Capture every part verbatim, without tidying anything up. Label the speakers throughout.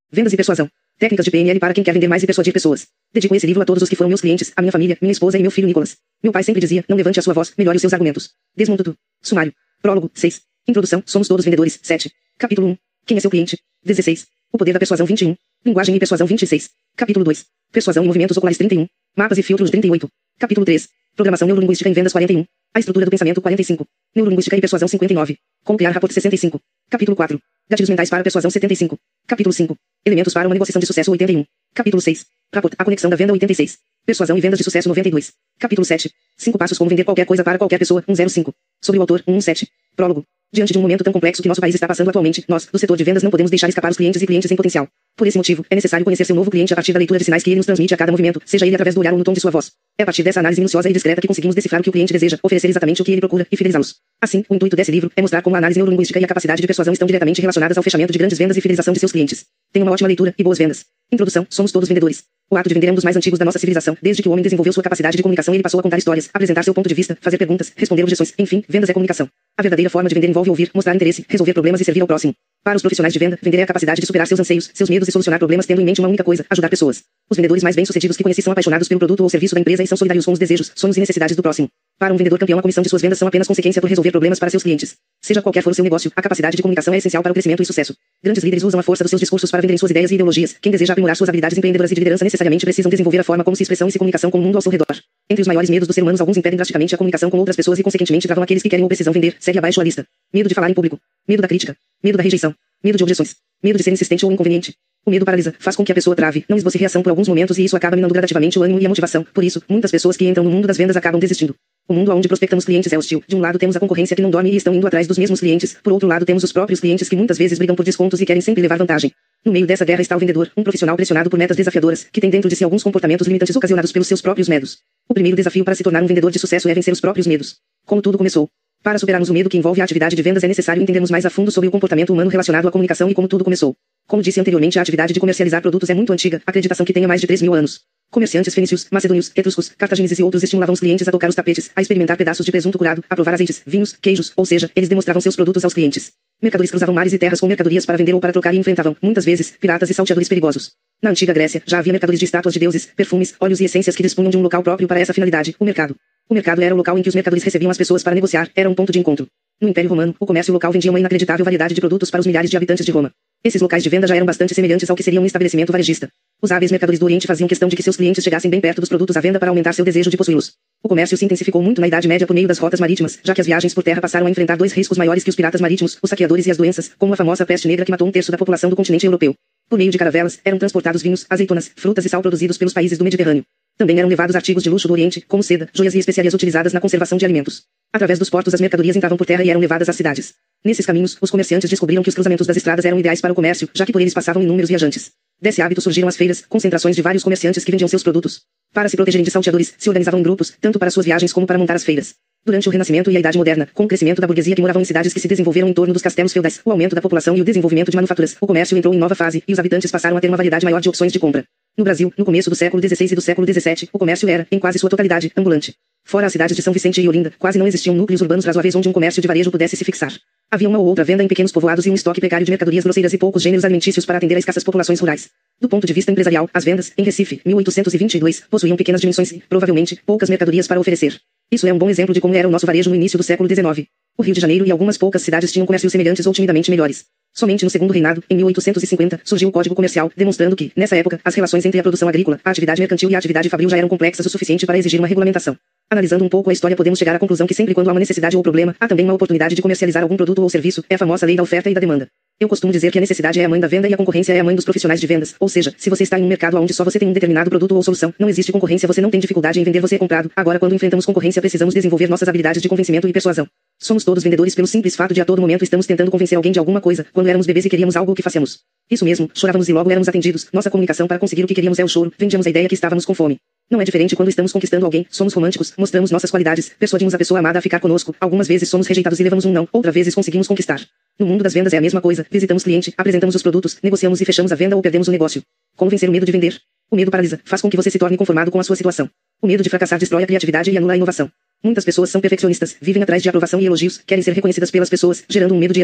Speaker 1: Vendas e persuasão. Técnicas de P N L para quem quer vender mais e persuadir pessoas. Dedico esse livro a todos os que foram meus clientes, a minha família, minha esposa e meu filho Nicolas. Meu pai sempre dizia, não levante a sua voz, melhore os seus argumentos. Desmonto tudo. Sumário. Prólogo, seis. Introdução, somos todos vendedores, sete. Capítulo um. Quem é seu cliente? dezesseis. O poder da persuasão, vinte e um. Linguagem e persuasão, vinte e seis. Capítulo dois. Persuasão e movimentos oculares, trinta e um. Mapas e filtros, trinta e oito. Capítulo três. Programação neurolinguística em vendas, quarenta e um. A estrutura do pensamento, quarenta e cinco. Neurolinguística e persuasão, cinquenta e nove. Como criar rapport, sessenta e cinco. Capítulo quatro. Gatilhos mentais para persuasão, setenta e cinco. Capítulo cinco. Elementos para uma negociação de sucesso, oitenta e um. Capítulo seis. Rapport, a conexão da venda, oitenta e seis. Persuasão e vendas de sucesso, noventa e dois. Capítulo sete. cinco passos como vender qualquer coisa para qualquer pessoa, cento e cinco. Sobre o autor, cento e sete. Prólogo. Diante de um momento tão complexo que nosso país está passando atualmente, nós, do setor de vendas, não podemos deixar escapar os clientes e clientes em potencial. Por esse motivo, é necessário conhecer seu novo cliente a partir da leitura de sinais que ele nos transmite a cada movimento, seja ele através do olhar ou no tom de sua voz. É a partir dessa análise minuciosa e discreta que conseguimos decifrar o que o cliente deseja, oferecer exatamente o que ele procura e fidelizá-los. Assim, o intuito desse livro é mostrar como a análise neurolinguística e a capacidade de persuasão estão diretamente relacionadas ao fechamento de grandes vendas e fidelização de seus clientes. Tenha uma ótima leitura e boas vendas. Introdução, somos todos vendedores. O ato de vender é um dos mais antigos da nossa civilização. Desde que o homem desenvolveu sua capacidade de comunicação, ele passou a contar histórias, apresentar seu ponto de vista, fazer perguntas, responder objeções, enfim, vendas é comunicação. A verdadeira forma de vender envolve ouvir, mostrar interesse, resolver problemas e servir ao próximo. Para os profissionais de venda, vender é a capacidade de superar seus anseios, seus medos e solucionar problemas tendo em mente uma única coisa, ajudar pessoas. Os vendedores mais bem-sucedidos que conheci são apaixonados pelo produto ou serviço da empresa e são solidários com os desejos, sonhos e necessidades do próximo. Para um vendedor campeão, a comissão de suas vendas são apenas consequência por resolver problemas para seus clientes. Seja qualquer for o seu negócio, a capacidade de comunicação é essencial para o crescimento e sucesso. Grandes líderes usam a força dos seus discursos para venderem suas ideias e ideologias. Quem deseja aprimorar suas habilidades empreendedoras e de liderança necessariamente precisam desenvolver a forma como se expressam e se comunicação com o mundo ao seu redor. Entre os maiores medos dos seres humanos, alguns impedem drasticamente a comunicação com outras pessoas e consequentemente travam aqueles que querem ou precisam vender. Segue abaixo a lista. Medo de falar em público. Medo da crítica. Medo da rejeição. Medo de objeções. Medo de ser insistente ou inconveniente. O medo paralisa, faz com que a pessoa trave, não esboce reação por alguns momentos e isso acaba minando gradativamente o ânimo e a motivação. Por isso, muitas pessoas que entram no mundo das vendas acabam desistindo. O mundo onde prospectamos clientes é hostil. De um lado temos a concorrência que não dorme e estão indo atrás dos mesmos clientes. Por outro lado temos os próprios clientes que muitas vezes brigam por descontos e querem sempre levar vantagem. No meio dessa guerra está o vendedor, um profissional pressionado por metas desafiadoras, que tem dentro de si alguns comportamentos limitantes ocasionados pelos seus próprios medos. O primeiro desafio para se tornar um vendedor de sucesso é vencer os próprios medos. Como tudo começou. Para superarmos o medo que envolve a atividade de vendas é necessário entendermos mais a fundo sobre o comportamento humano relacionado à comunicação e como tudo começou. Como disse anteriormente, a atividade de comercializar produtos é muito antiga, acreditação que tenha mais de três mil anos. Comerciantes fenícios, macedônios, etruscos, cartagineses e outros estimulavam os clientes a tocar os tapetes, a experimentar pedaços de presunto curado, a provar azeites, vinhos, queijos, ou seja, eles demonstravam seus produtos aos clientes. Mercadores cruzavam mares e terras com mercadorias para vender ou para trocar e enfrentavam, muitas vezes, piratas e salteadores perigosos. Na antiga Grécia, já havia mercadores de estátuas de deuses, perfumes, óleos e essências que dispunham de um local próprio para essa finalidade, o mercado. O mercado era o local em que os mercadores recebiam as pessoas para negociar, era um ponto de encontro. No Império Romano, o comércio local vendia uma inacreditável variedade de produtos para os milhares de habitantes de Roma. Esses locais de venda já eram bastante semelhantes ao que seria um estabelecimento varejista. Os hábeis mercadores do Oriente faziam questão de que seus clientes chegassem bem perto dos produtos à venda para aumentar seu desejo de possuí-los. O comércio se intensificou muito na Idade Média por meio das rotas marítimas, já que as viagens por terra passaram a enfrentar dois riscos maiores que os piratas marítimos, os saqueadores e as doenças, como a famosa peste negra que matou um terço da população do continente europeu. Por meio de caravelas, eram transportados vinhos, azeitonas, frutas e sal produzidos pelos países do Mediterrâneo. Também eram levados artigos de luxo do Oriente, como seda, joias e especiarias utilizadas na conservação de alimentos. Através dos portos as mercadorias entravam por terra e eram levadas às cidades. Nesses caminhos, os comerciantes descobriram que os cruzamentos das estradas eram ideais para o comércio, já que por eles passavam inúmeros viajantes. Desse hábito surgiram as feiras, concentrações de vários comerciantes que vendiam seus produtos. Para se protegerem de salteadores, se organizavam em grupos, tanto para suas viagens como para montar as feiras. Durante o Renascimento e a Idade Moderna, com o crescimento da burguesia que moravam em cidades que se desenvolveram em torno dos castelos feudais, o aumento da população e o desenvolvimento de manufaturas, o comércio entrou em nova fase e os habitantes passaram a ter uma variedade maior de opções de compra. No Brasil, no começo do século dezesseis e do século dezessete, o comércio era, em quase sua totalidade, ambulante. Fora as cidades de São Vicente e Olinda, quase não existiam núcleos urbanos razoáveis onde um comércio de varejo pudesse se fixar. Havia uma ou outra venda em pequenos povoados e um estoque precário de mercadorias grosseiras e poucos gêneros alimentícios para atender a escassas populações rurais. Do ponto de vista empresarial, as vendas, em Recife, mil oitocentos e vinte e dois, possuíam pequenas dimensões e, provavelmente, poucas mercadorias para oferecer. Isso é um bom exemplo de como era o nosso varejo no início do século dezenove. O Rio de Janeiro e algumas poucas cidades tinham comércios semelhantes ou timidamente melhores. Somente no segundo reinado, em mil oitocentos e cinquenta, surgiu o Código Comercial, demonstrando que, nessa época, as relações entre a produção agrícola, a atividade mercantil e a atividade fabril já eram complexas o suficiente para exigir uma regulamentação. Analisando um pouco a história podemos chegar à conclusão que sempre quando há uma necessidade ou problema, há também uma oportunidade de comercializar algum produto ou serviço, é a famosa lei da oferta e da demanda. Eu costumo dizer que a necessidade é a mãe da venda e a concorrência é a mãe dos profissionais de vendas, ou seja, se você está em um mercado onde só você tem um determinado produto ou solução, não existe concorrência, você não tem dificuldade em vender, você é comprado. Agora quando enfrentamos concorrência precisamos desenvolver nossas habilidades de convencimento e persuasão. Somos todos vendedores pelo simples fato de a todo momento estamos tentando convencer alguém de alguma coisa, quando éramos bebês e queríamos algo que fazíamos. Isso mesmo, chorávamos e logo éramos atendidos, nossa comunicação para conseguir o que queríamos é o choro, vendíamos a ideia que estávamos com fome. Não é diferente quando estamos conquistando alguém, somos românticos, mostramos nossas qualidades, persuadimos a pessoa amada a ficar conosco, algumas vezes somos rejeitados e levamos um não, outras vezes conseguimos conquistar. No mundo das vendas é a mesma coisa, visitamos cliente, apresentamos os produtos, negociamos e fechamos a venda ou perdemos o negócio. Como vencer o medo de vender? O medo paralisa, faz com que você se torne conformado com a sua situação. O medo de fracassar destrói a criatividade e anula a inovação. Muitas pessoas são perfeccionistas, vivem atrás de aprovação e elogios, querem ser reconhecidas pelas pessoas, gerando um medo de errar.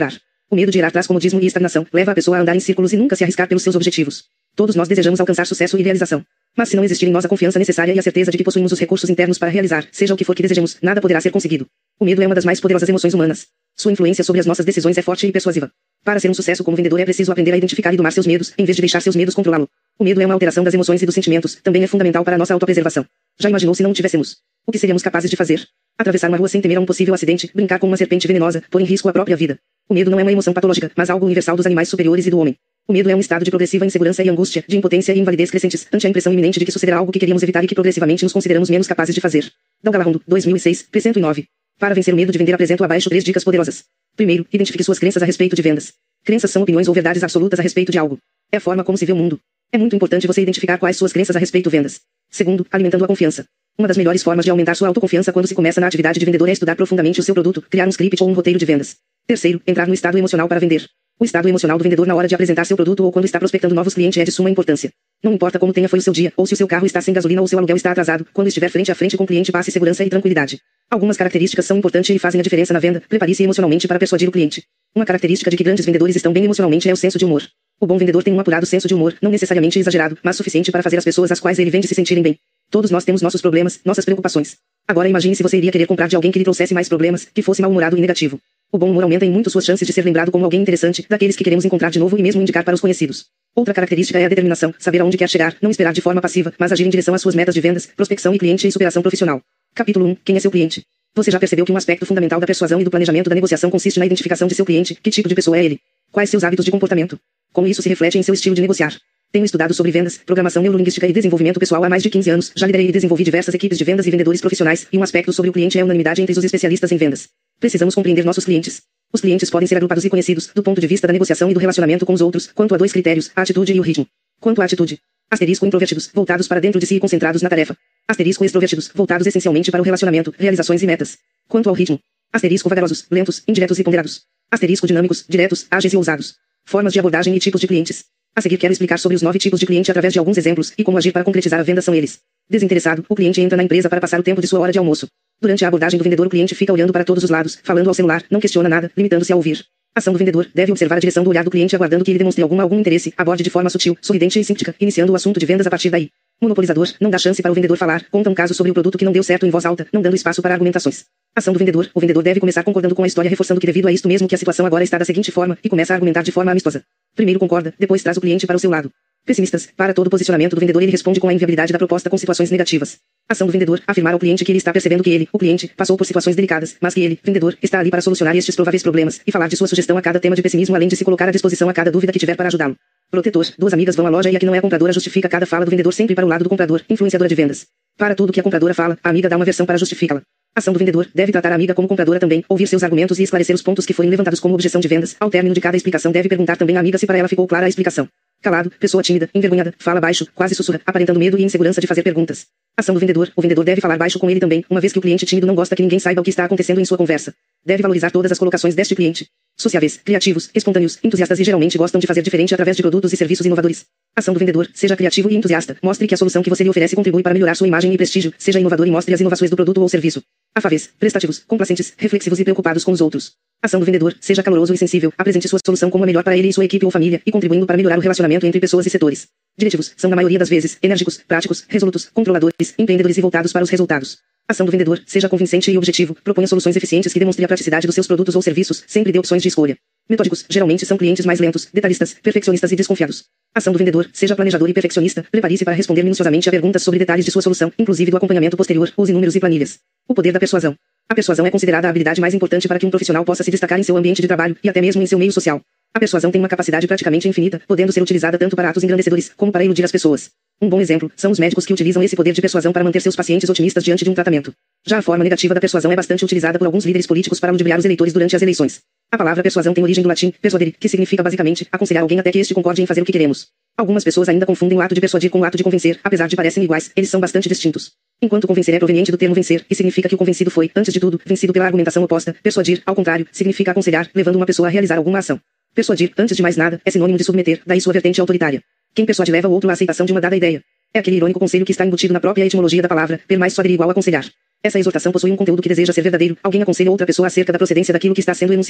Speaker 1: O medo de ir atrás comodismo e estagnação leva a pessoa a andar em círculos e nunca se arriscar pelos seus objetivos. Todos nós desejamos alcançar sucesso e realização. Mas se não existir em nós a confiança necessária e a certeza de que possuímos os recursos internos para realizar, seja o que for que desejemos, nada poderá ser conseguido. O medo é uma das mais poderosas emoções humanas. Sua influência sobre as nossas decisões é forte e persuasiva. Para ser um sucesso como vendedor é preciso aprender a identificar e domar seus medos, em vez de deixar seus medos controlá-lo. O medo é uma alteração das emoções e dos sentimentos, também é fundamental para a nossa autopreservação. Já imaginou se não o tivéssemos? O que seríamos capazes de fazer? Atravessar uma rua sem temer a um possível acidente, brincar com uma serpente venenosa, pôr em risco a própria vida. O medo não é uma emoção patológica, mas algo universal dos animais superiores e do homem. O medo é um estado de progressiva insegurança e angústia, de impotência e invalidez crescentes, ante a impressão iminente de que sucederá algo que queríamos evitar e que progressivamente nos consideramos menos capazes de fazer. Dalgalarrondo, dois mil e seis, p cento e nove. Para vencer o medo de vender apresento abaixo três dicas poderosas. Primeiro, identifique suas crenças a respeito de vendas. Crenças são opiniões ou verdades absolutas a respeito de algo. É a forma como se vê o mundo. É muito importante você identificar quais suas crenças a respeito de vendas. Segundo, alimentando a confiança. Uma das melhores formas de aumentar sua autoconfiança quando se começa na atividade de vendedor é estudar profundamente o seu produto, criar um script ou um roteiro de vendas. Terceiro, entrar no estado emocional para vender. O estado emocional do vendedor na hora de apresentar seu produto ou quando está prospectando novos clientes é de suma importância. Não importa como tenha foi o seu dia, ou se o seu carro está sem gasolina ou seu aluguel está atrasado, quando estiver frente a frente com o cliente passe segurança e tranquilidade. Algumas características são importantes e fazem a diferença na venda. Prepare-se emocionalmente para persuadir o cliente. Uma característica de que grandes vendedores estão bem emocionalmente é o senso de humor. O bom vendedor tem um apurado senso de humor, não necessariamente exagerado, mas suficiente para fazer as pessoas às quais ele vende se sentirem bem. Todos nós temos nossos problemas, nossas preocupações. Agora imagine se você iria querer comprar de alguém que lhe trouxesse mais problemas, que fosse mal-humorado e negativo. O bom humor aumenta em muito suas chances de ser lembrado como alguém interessante, daqueles que queremos encontrar de novo e mesmo indicar para os conhecidos. Outra característica é a determinação, saber aonde quer chegar, não esperar de forma passiva, mas agir em direção às suas metas de vendas, prospecção e cliente e superação profissional. Capítulo um. Quem é seu cliente? Você já percebeu que um aspecto fundamental da persuasão e do planejamento da negociação consiste na identificação de seu cliente, que tipo de pessoa é ele? Quais seus hábitos de comportamento? Como isso se reflete em seu estilo de negociar? Tenho estudado sobre vendas, programação neurolinguística e desenvolvimento pessoal há mais de quinze anos, já liderei e desenvolvi diversas equipes de vendas e vendedores profissionais, e um aspecto sobre o cliente é a unanimidade entre os especialistas em vendas. Precisamos compreender nossos clientes. Os clientes podem ser agrupados e conhecidos, do ponto de vista da negociação e do relacionamento com os outros, quanto a dois critérios, a atitude e o ritmo. Quanto à atitude. Asterisco introvertidos, voltados para dentro de si e concentrados na tarefa. Asterisco extrovertidos, voltados essencialmente para o relacionamento, realizações e metas. Quanto ao ritmo. Asterisco vagarosos, lentos, indiretos e ponderados. Asterisco dinâmicos, diretos, ágeis e ousados. Formas de abordagem e tipos de clientes. A seguir quero explicar sobre os nove tipos de cliente através de alguns exemplos, e como agir para concretizar a venda são eles. Desinteressado, o cliente entra na empresa para passar o tempo de sua hora de almoço. Durante a abordagem do vendedor o cliente fica olhando para todos os lados, falando ao celular, não questiona nada, limitando-se a ouvir. Ação do vendedor, deve observar a direção do olhar do cliente aguardando que ele demonstre algum algum interesse, aborde de forma sutil, sorridente e simpática, iniciando o assunto de vendas a partir daí. Monopolizador, não dá chance para o vendedor falar, conta um caso sobre o produto que não deu certo em voz alta, não dando espaço para argumentações. Ação do vendedor, o vendedor deve começar concordando com a história reforçando que devido a isto mesmo que a situação agora está da seguinte forma, e começa a argumentar de forma amistosa. Primeiro concorda, depois traz o cliente para o seu lado. Pessimistas, para todo o posicionamento do vendedor ele responde com a inviabilidade da proposta com situações negativas. Ação do vendedor, afirmar ao cliente que ele está percebendo que ele, o cliente, passou por situações delicadas, mas que ele, vendedor, está ali para solucionar estes prováveis problemas, e falar de sua sugestão a cada tema de pessimismo além de se colocar à disposição a cada dúvida que tiver para ajudá-lo. Protetor, duas amigas vão à loja e a que não é a compradora justifica cada fala do vendedor sempre para o lado do comprador, influenciadora de vendas. Para tudo que a compradora fala, a amiga dá uma versão para justificá-la. Ação do vendedor, deve tratar a amiga como compradora também, ouvir seus argumentos e esclarecer os pontos que forem levantados como objeção de vendas. Ao término de cada explicação deve perguntar também à amiga se para ela ficou clara a explicação. Calado, pessoa tímida, envergonhada, fala baixo, quase sussurra, aparentando medo e insegurança de fazer perguntas. Ação do vendedor, o vendedor deve falar baixo com ele também, uma vez que o cliente tímido não gosta que ninguém saiba o que está acontecendo em sua conversa. Deve valorizar todas as colocações deste cliente. Sociáveis, criativos, espontâneos, entusiastas e geralmente gostam de fazer diferente através de produtos e serviços inovadores. Ação do vendedor, seja criativo e entusiasta, mostre que a solução que você lhe oferece contribui para melhorar sua imagem e prestígio, seja inovador e mostre as inovações do produto ou serviço. Afáveis, prestativos, complacentes, reflexivos e preocupados com os outros. Ação do vendedor, seja caloroso e sensível, apresente sua solução como a melhor para ele e sua equipe ou família, e contribuindo para melhorar o relacionamento entre pessoas e setores. Diretivos, são na maioria das vezes, enérgicos, práticos, resolutos, controladores, empreendedores e voltados para os resultados. Ação do vendedor, seja convincente e objetivo, proponha soluções eficientes que demonstrem a praticidade dos seus produtos ou serviços, sempre dê opções de escolha. Metódicos, geralmente são clientes mais lentos, detalhistas, perfeccionistas e desconfiados. Ação do vendedor, seja planejador e perfeccionista, prepare-se para responder minuciosamente a perguntas sobre detalhes de sua solução, inclusive do acompanhamento posterior, use números e planilhas. O poder da persuasão. A persuasão é considerada a habilidade mais importante para que um profissional possa se destacar em seu ambiente de trabalho, e até mesmo em seu meio social. A persuasão tem uma capacidade praticamente infinita, podendo ser utilizada tanto para atos engrandecedores, como para iludir as pessoas. Um bom exemplo são os médicos que utilizam esse poder de persuasão para manter seus pacientes otimistas diante de um tratamento. Já a forma negativa da persuasão é bastante utilizada por alguns líderes políticos para ludibriar os eleitores durante as eleições. A palavra persuasão tem origem do latim persuadere, que significa basicamente aconselhar alguém até que este concorde em fazer o que queremos. Algumas pessoas ainda confundem o ato de persuadir com o ato de convencer, apesar de parecem iguais, eles são bastante distintos. Enquanto convencer é proveniente do termo vencer, e significa que o convencido foi, antes de tudo, vencido pela argumentação oposta, persuadir, ao contrário, significa aconselhar, levando uma pessoa a realizar alguma ação. Persuadir, antes de mais nada, é sinônimo de submeter, daí sua vertente autoritária. Quem persuade leva o outro à aceitação de uma dada ideia. É aquele irônico conselho que está embutido na própria etimologia da palavra, persuadir igual aconselhar. Essa exortação possui um conteúdo que deseja ser verdadeiro, alguém aconselha outra pessoa acerca da procedência daquilo que está sendo enunciado.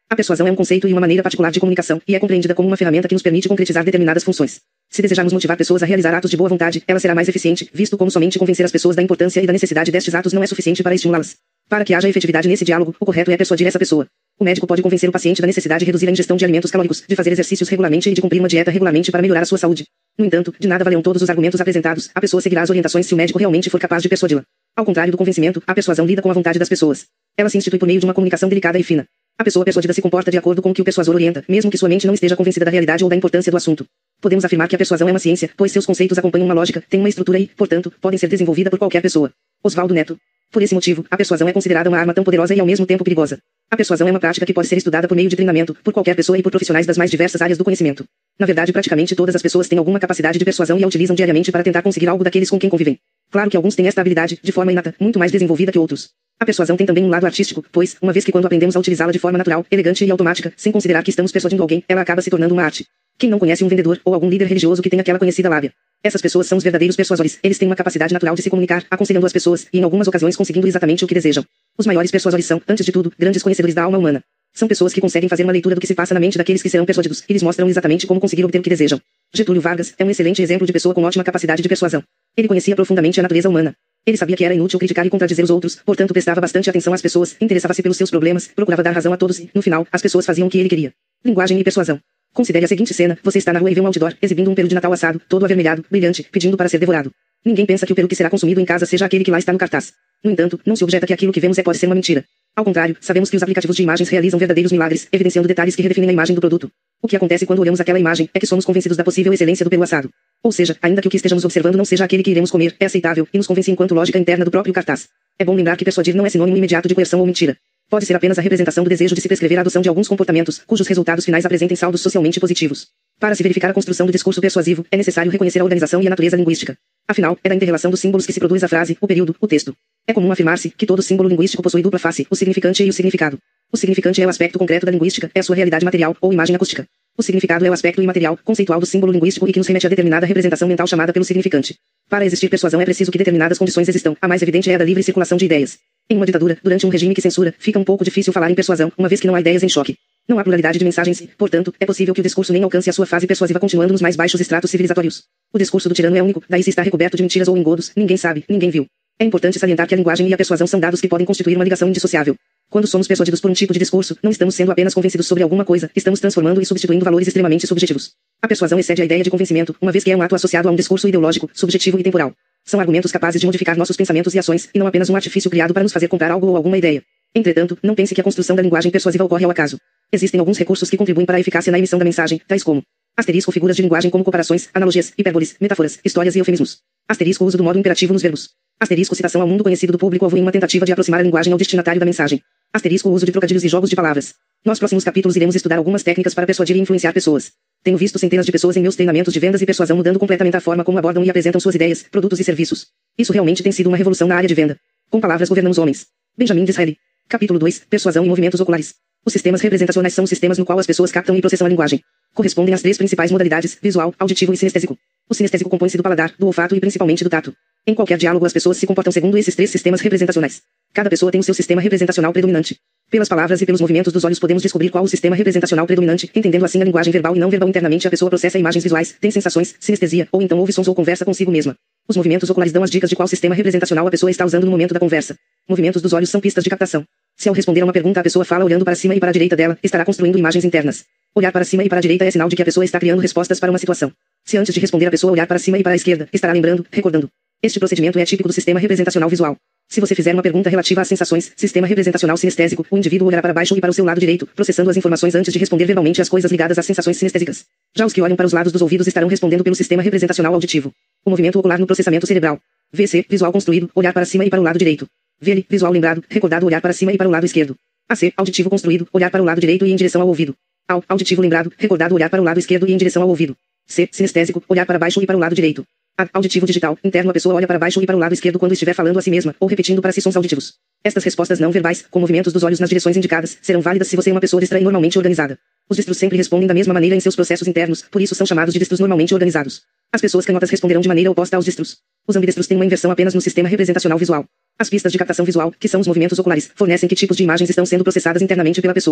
Speaker 1: A persuasão é um conceito e uma maneira particular de comunicação, e é compreendida como uma ferramenta que nos permite concretizar determinadas funções. Se desejarmos motivar pessoas a realizar atos de boa vontade, ela será mais eficiente, visto como somente convencer as pessoas da importância e da necessidade destes atos não é suficiente para estimulá-las. Para que haja efetividade nesse diálogo, o correto é persuadir essa pessoa. O médico pode convencer o paciente da necessidade de reduzir a ingestão de alimentos calóricos, de fazer exercícios regularmente e de cumprir uma dieta regularmente para melhorar a sua saúde. No entanto, de nada valem todos os argumentos apresentados, a pessoa seguirá as orientações se o médico realmente for capaz de persuadi-la. Ao contrário do convencimento, a persuasão lida com a vontade das pessoas. Ela se institui por meio de uma comunicação delicada e fina. A pessoa persuadida se comporta de acordo com o que o persuasor orienta, mesmo que sua mente não esteja convencida da realidade ou da importância do assunto. Podemos afirmar que a persuasão é uma ciência, pois seus conceitos acompanham uma lógica, têm uma estrutura e, portanto, podem ser desenvolvida por qualquer pessoa. Oswaldo Neto. Por esse motivo, a persuasão é considerada uma arma tão poderosa e ao mesmo tempo perigosa. A persuasão é uma prática que pode ser estudada por meio de treinamento, por qualquer pessoa e por profissionais das mais diversas áreas do conhecimento. Na verdade, praticamente todas as pessoas têm alguma capacidade de persuasão e a utilizam diariamente para tentar conseguir algo daqueles com quem convivem. Claro que alguns têm esta habilidade, de forma inata, muito mais desenvolvida que outros. A persuasão tem também um lado artístico, pois, uma vez que quando aprendemos a utilizá-la de forma natural, elegante e automática, sem considerar que estamos persuadindo alguém, ela acaba se tornando uma arte. Quem não conhece um vendedor, ou algum líder religioso que tenha aquela conhecida lábia? Essas pessoas são os verdadeiros persuasores. Eles têm uma capacidade natural de se comunicar, aconselhando as pessoas, e em algumas ocasiões conseguindo exatamente o que desejam. Os maiores persuasores são, antes de tudo, grandes conhecedores da alma humana. São pessoas que conseguem fazer uma leitura do que se passa na mente daqueles que serão persuadidos, e lhes mostram exatamente como conseguir obter o que desejam. Getúlio Vargas é um excelente exemplo de pessoa com ótima capacidade de persuasão. Ele conhecia profundamente a natureza humana. Ele sabia que era inútil criticar e contradizer os outros, portanto prestava bastante atenção às pessoas, interessava-se pelos seus problemas, procurava dar razão a todos e, no final, as pessoas faziam o que ele queria. Linguagem e persuasão. Considere a seguinte cena: você está na rua e vê um outdoor, exibindo um peru de Natal assado, todo avermelhado, brilhante, pedindo para ser devorado. Ninguém pensa que o peru que será consumido em casa seja aquele que lá está no cartaz. No entanto, não se objeta que aquilo que vemos é pode ser uma mentira. Ao contrário, sabemos que os aplicativos de imagens realizam verdadeiros milagres, evidenciando detalhes que redefinem a imagem do produto. O que acontece quando olhamos aquela imagem é que somos convencidos da possível excelência do peru assado. Ou seja, ainda que o que estejamos observando não seja aquele que iremos comer, é aceitável, e nos convence enquanto lógica interna do próprio cartaz. É bom lembrar que persuadir não é sinônimo imediato de coerção ou mentira. Pode ser apenas a representação do desejo de se prescrever a adoção de alguns comportamentos, cujos resultados finais apresentem saldos socialmente positivos. Para se verificar a construção do discurso persuasivo, é necessário reconhecer a organização e a natureza linguística. Afinal, é da inter-relação dos símbolos que se produz a frase, o período, o texto. É comum afirmar-se que todo símbolo linguístico possui dupla face, o significante e o significado. O significante é o aspecto concreto da linguística, é a sua realidade material, ou imagem acústica. O significado é o aspecto imaterial, conceitual do símbolo linguístico e que nos remete a determinada representação mental chamada pelo significante. Para existir persuasão é preciso que determinadas condições existam, a mais evidente é a da livre circulação de ideias. Em uma ditadura, durante um regime que censura, fica um pouco difícil falar em persuasão, uma vez que não há ideias em choque. Não há pluralidade de mensagens e, portanto, é possível que o discurso nem alcance a sua fase persuasiva continuando nos mais baixos estratos civilizatórios. O discurso do tirano é único, daí se está recoberto de mentiras ou engodos, ninguém sabe, ninguém viu. É importante salientar que a linguagem e a persuasão são dados que podem constituir uma ligação indissociável. Quando somos persuadidos por um tipo de discurso, não estamos sendo apenas convencidos sobre alguma coisa, estamos transformando e substituindo valores extremamente subjetivos. A persuasão excede a ideia de convencimento, uma vez que é um ato associado a um discurso ideológico, subjetivo e temporal. São argumentos capazes de modificar nossos pensamentos e ações, e não apenas um artifício criado para nos fazer comprar algo ou alguma ideia. Entretanto, não pense que a construção da linguagem persuasiva ocorre ao acaso. Existem alguns recursos que contribuem para a eficácia na emissão da mensagem, tais como asterisco figuras de linguagem como comparações, analogias, hipérboles, metáforas, histórias e eufemismos. Asterisco uso do modo imperativo nos verbos. Asterisco citação ao mundo conhecido do público-alvo em uma tentativa de aproximar a linguagem ao destinatário da mensagem. Asterisco uso de trocadilhos e jogos de palavras. Nos próximos capítulos iremos estudar algumas técnicas para persuadir e influenciar pessoas. Tenho visto centenas de pessoas em meus treinamentos de vendas e persuasão mudando completamente a forma como abordam e apresentam suas ideias, produtos e serviços. Isso realmente tem sido uma revolução na área de venda. Com palavras governamos homens. Benjamin Disraeli. Capítulo dois. Persuasão e movimentos oculares. Os sistemas representacionais são os sistemas no qual as pessoas captam e processam a linguagem. Correspondem às três principais modalidades, visual, auditivo e sinestésico. O sinestésico compõe-se do paladar, do olfato e principalmente do tato. Em qualquer diálogo as pessoas se comportam segundo esses três sistemas representacionais. Cada pessoa tem o seu sistema representacional predominante. Pelas palavras e pelos movimentos dos olhos podemos descobrir qual o sistema representacional predominante, entendendo assim a linguagem verbal e não verbal. Internamente a pessoa processa imagens visuais, tem sensações, sinestesia, ou então ouve sons ou conversa consigo mesma. Os movimentos oculares dão as dicas de qual sistema representacional a pessoa está usando no momento da conversa. Movimentos dos olhos são pistas de captação. Se ao responder a uma pergunta a pessoa fala olhando para cima e para a direita dela, estará construindo imagens internas. Olhar para cima e para a direita é sinal de que a pessoa está criando respostas para uma situação. Se antes de responder a pessoa olhar para cima e para a esquerda, estará lembrando, recordando. Este procedimento é típico do sistema representacional visual. Se você fizer uma pergunta relativa às sensações, sistema representacional sinestésico, o indivíduo olhará para baixo e para o seu lado direito, processando as informações antes de responder verbalmente as coisas ligadas às sensações sinestésicas. Já os que olham para os lados dos ouvidos estarão respondendo pelo sistema representacional auditivo. O movimento ocular no processamento cerebral. V C, visual construído, olhar para cima e para o lado direito. V L, visual lembrado, recordado, olhar para cima e para o lado esquerdo. A C, auditivo construído, olhar para o lado direito e em direção ao ouvido. A U, auditivo lembrado, recordado, olhar para o lado esquerdo e em direção ao ouvido. C, sinestésico, olhar para baixo e para o lado direito. A, auditivo digital, interno, a pessoa olha para baixo e para o lado esquerdo quando estiver falando a si mesma, ou repetindo para si sons auditivos. Estas respostas não verbais, com movimentos dos olhos nas direções indicadas, serão válidas se você é uma pessoa distra e normalmente organizada. Os distros sempre respondem da mesma maneira em seus processos internos, por isso são chamados de distros normalmente organizados. As pessoas canhotas responderão de maneira oposta aos distros. Os ambidestros têm uma inversão apenas no sistema representacional visual. As pistas de captação visual, que são os movimentos oculares, fornecem que tipos de imagens estão sendo processadas internamente pela pessoa.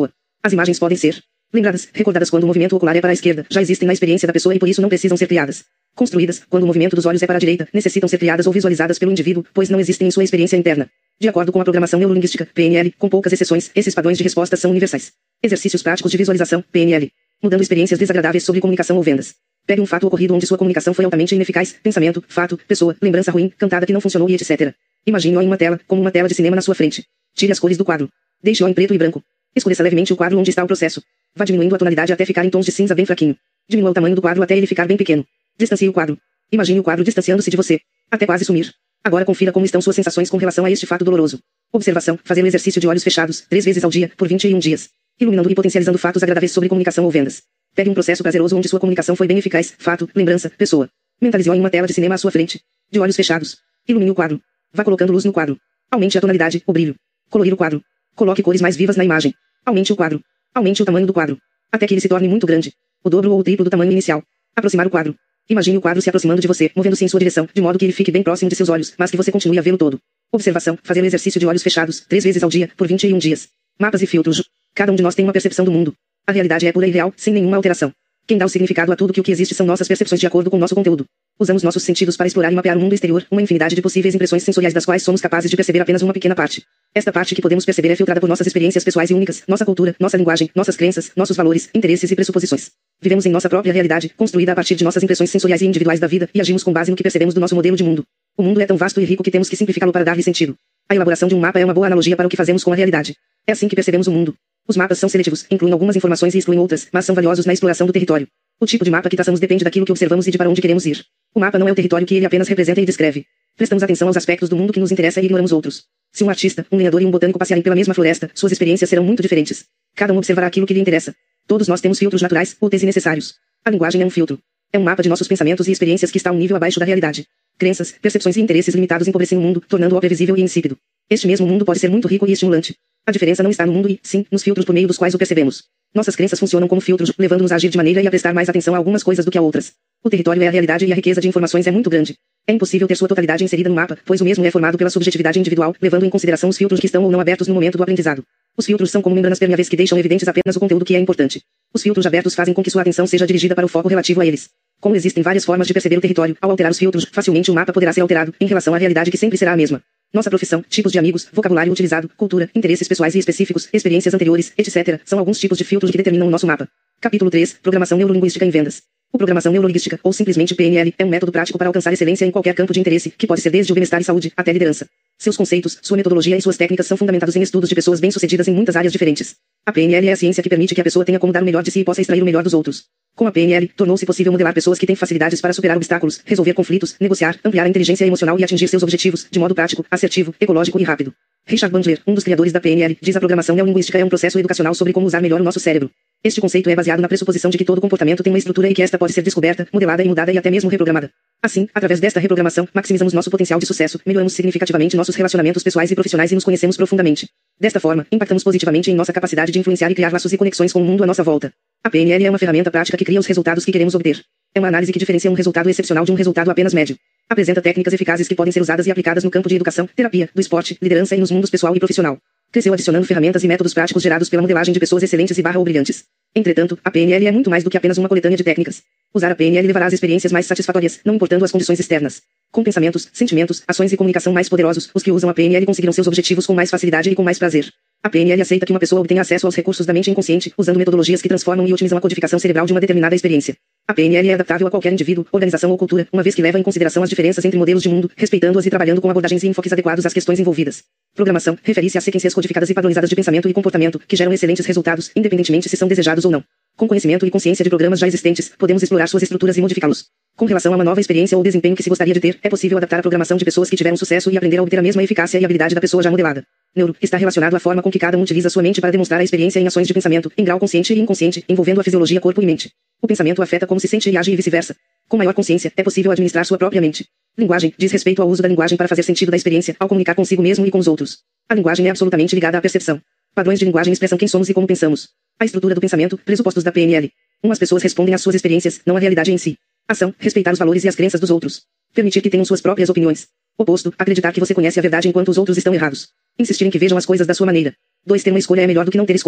Speaker 1: As imagens podem ser lembradas, recordadas quando o movimento ocular é para a esquerda, já existem na experiência da pessoa e por isso não precisam ser criadas. Construídas, quando o movimento dos olhos é para a direita, necessitam ser criadas ou visualizadas pelo indivíduo, pois não existem em sua experiência interna. De acordo com a programação neurolinguística, P N L, com poucas exceções, esses padrões de respostas são universais. Exercícios práticos de visualização, P N L. Mudando experiências desagradáveis sobre comunicação ou vendas. Pegue um fato ocorrido onde sua comunicação foi altamente ineficaz, pensamento, fato, pessoa, lembrança ruim, cantada que não funcionou e etcétera. Imagine-o em uma tela, como uma tela de cinema na sua frente. Tire as cores do quadro. Deixe-o em preto e branco. Escureça levemente o quadro onde está o processo. Vá diminuindo a tonalidade até ficar em tons de cinza bem fraquinho. Diminua o tamanho do quadro até ele ficar bem pequeno. Distancie o quadro. Imagine o quadro distanciando-se de você, até quase sumir. Agora confira como estão suas sensações com relação a este fato doloroso. Observação: fazer o exercício de olhos fechados, três vezes ao dia, por vinte e um dias. Iluminando e potencializando fatos agradáveis sobre comunicação ou vendas. Pegue um processo prazeroso onde sua comunicação foi bem eficaz, fato, lembrança, pessoa. Mentalize-o em uma tela de cinema à sua frente. De olhos fechados. Ilumine o quadro. Vá colocando luz no quadro. Aumente a tonalidade, o brilho. Colorir o quadro. Coloque cores mais vivas na imagem. Aumente o quadro. Aumente o tamanho do quadro. Até que ele se torne muito grande. O dobro ou o triplo do tamanho inicial. Aproximar o quadro. Imagine o quadro se aproximando de você, movendo-se em sua direção, de modo que ele fique bem próximo de seus olhos, mas que você continue a vê-lo todo. Observação: fazer o exercício de olhos fechados, três vezes ao dia, por vinte e um dias. Mapas e filtros. Cada um de nós tem uma percepção do mundo. A realidade é pura e real, sem nenhuma alteração. Quem dá o significado a tudo que o que existe são nossas percepções de acordo com nosso conteúdo. Usamos nossos sentidos para explorar e mapear o mundo exterior, uma infinidade de possíveis impressões sensoriais das quais somos capazes de perceber apenas uma pequena parte. Esta parte que podemos perceber é filtrada por nossas experiências pessoais e únicas, nossa cultura, nossa linguagem, nossas crenças, nossos valores, interesses e pressuposições. Vivemos em nossa própria realidade, construída a partir de nossas impressões sensoriais e individuais da vida, e agimos com base no que percebemos do nosso modelo de mundo. O mundo é tão vasto e rico que temos que simplificá-lo para dar-lhe sentido. A elaboração de um mapa é uma boa analogia para o que fazemos com a realidade. É assim que percebemos o mundo. Os mapas são seletivos, incluem algumas informações e excluem outras, mas são valiosos na exploração do território. O tipo de mapa que traçamos depende daquilo que observamos e de para onde queremos ir. O mapa não é o território que ele apenas representa e descreve. Prestamos atenção aos aspectos do mundo que nos interessa e ignoramos outros. Se um artista, um lenhador e um botânico passearem pela mesma floresta, suas experiências serão muito diferentes. Cada um observará aquilo que lhe interessa. Todos nós temos filtros naturais, úteis e necessários. A linguagem é um filtro. É um mapa de nossos pensamentos e experiências que está um nível abaixo da realidade. Crenças, percepções e interesses limitados empobrecem o mundo, tornando-o previsível e insípido. Este mesmo mundo pode ser muito rico e estimulante. A diferença não está no mundo e, sim, nos filtros por meio dos quais o percebemos. Nossas crenças funcionam como filtros, levando-nos a agir de maneira e a prestar mais atenção a algumas coisas do que a outras. O território é a realidade e a riqueza de informações é muito grande. É impossível ter sua totalidade inserida no mapa, pois o mesmo é formado pela subjetividade individual, levando em consideração os filtros que estão ou não abertos no momento do aprendizado. Os filtros são como membranas permeáveis que deixam evidentes apenas o conteúdo que é importante. Os filtros abertos fazem com que sua atenção seja dirigida para o foco relativo a eles. Como existem várias formas de perceber o território, ao alterar os filtros, facilmente o mapa poderá ser alterado, em relação à realidade que sempre será a mesma. Nossa profissão, tipos de amigos, vocabulário utilizado, cultura, interesses pessoais e específicos, experiências anteriores, etcétera, são alguns tipos de filtros que determinam o nosso mapa. Capítulo três. Programação neurolinguística em vendas. O programação neurolinguística, ou simplesmente P N L, é um método prático para alcançar excelência em qualquer campo de interesse, que pode ser desde o bem-estar e saúde, até liderança. Seus conceitos, sua metodologia e suas técnicas são fundamentados em estudos de pessoas bem-sucedidas em muitas áreas diferentes. A P N L é a ciência que permite que a pessoa tenha como dar o melhor de si e possa extrair o melhor dos outros. Com a P N L, tornou-se possível modelar pessoas que têm facilidades para superar obstáculos, resolver conflitos, negociar, ampliar a inteligência emocional e atingir seus objetivos, de modo prático, assertivo, ecológico e rápido. Richard Bandler, um dos criadores da P N L, diz: a programação neurolinguística é um processo educacional sobre como usar melhor o nosso cérebro. Este conceito é baseado na pressuposição de que todo comportamento tem uma estrutura e que esta pode ser descoberta, modelada e mudada e até mesmo reprogramada. Assim, através desta reprogramação, maximizamos nosso potencial de sucesso, melhoramos significativamente nossos relacionamentos pessoais e profissionais e nos conhecemos profundamente. Desta forma, impactamos positivamente em nossa capacidade de influenciar e criar laços e conexões com o mundo à nossa volta. A P N L é uma ferramenta prática que cria os resultados que queremos obter. É uma análise que diferencia um resultado excepcional de um resultado apenas médio. Apresenta técnicas eficazes que podem ser usadas e aplicadas no campo de educação, terapia, do esporte, liderança e nos mundos pessoal e profissional. Cresceu adicionando ferramentas e métodos práticos gerados pela modelagem de pessoas excelentes e barra ou brilhantes. Entretanto, a P N L é muito mais do que apenas uma coletânea de técnicas. Usar a P N L levará às experiências mais satisfatórias, não importando as condições externas. Com pensamentos, sentimentos, ações e comunicação mais poderosos, os que usam a P N L conseguirão seus objetivos com mais facilidade e com mais prazer. A P N L aceita que uma pessoa obtenha acesso aos recursos da mente inconsciente, usando metodologias que transformam e otimizam a codificação cerebral de uma determinada experiência. A P N L é adaptável a qualquer indivíduo, organização ou cultura, uma vez que leva em consideração as diferenças entre modelos de mundo, respeitando-as e trabalhando com abordagens e enfoques adequados às questões envolvidas. Programação refere-se a sequências codificadas e padronizadas de pensamento e comportamento, que geram excelentes resultados, independentemente se são desejados ou não. Com conhecimento e consciência de programas já existentes, podemos explorar suas estruturas e modificá-los. Com relação a uma nova experiência ou desempenho que se gostaria de ter, é possível adaptar a programação de pessoas que tiveram sucesso e aprender a obter a mesma eficácia e habilidade da pessoa já modelada. Neuro está relacionado à forma com que cada um utiliza sua mente para demonstrar a experiência em ações de pensamento, em grau consciente e inconsciente, envolvendo a fisiologia corpo e mente. O pensamento afeta como se sente e age e vice-versa. Com maior consciência, é possível administrar sua própria mente. Linguagem diz respeito ao uso da linguagem para fazer sentido da experiência, ao comunicar consigo mesmo e com os outros. A linguagem é absolutamente ligada à percepção. Padrões de linguagem expressam quem somos e como pensamos. A estrutura do pensamento, pressupostos da P N L. Umas pessoas respondem às suas experiências, não à realidade em si. Ação, respeitar os valores e as crenças dos outros. Permitir que tenham suas próprias opiniões. Oposto, acreditar que você conhece a verdade enquanto os outros estão errados. Insistir em que vejam as coisas da sua maneira. dois Ter uma escolha é melhor do que não ter escolha.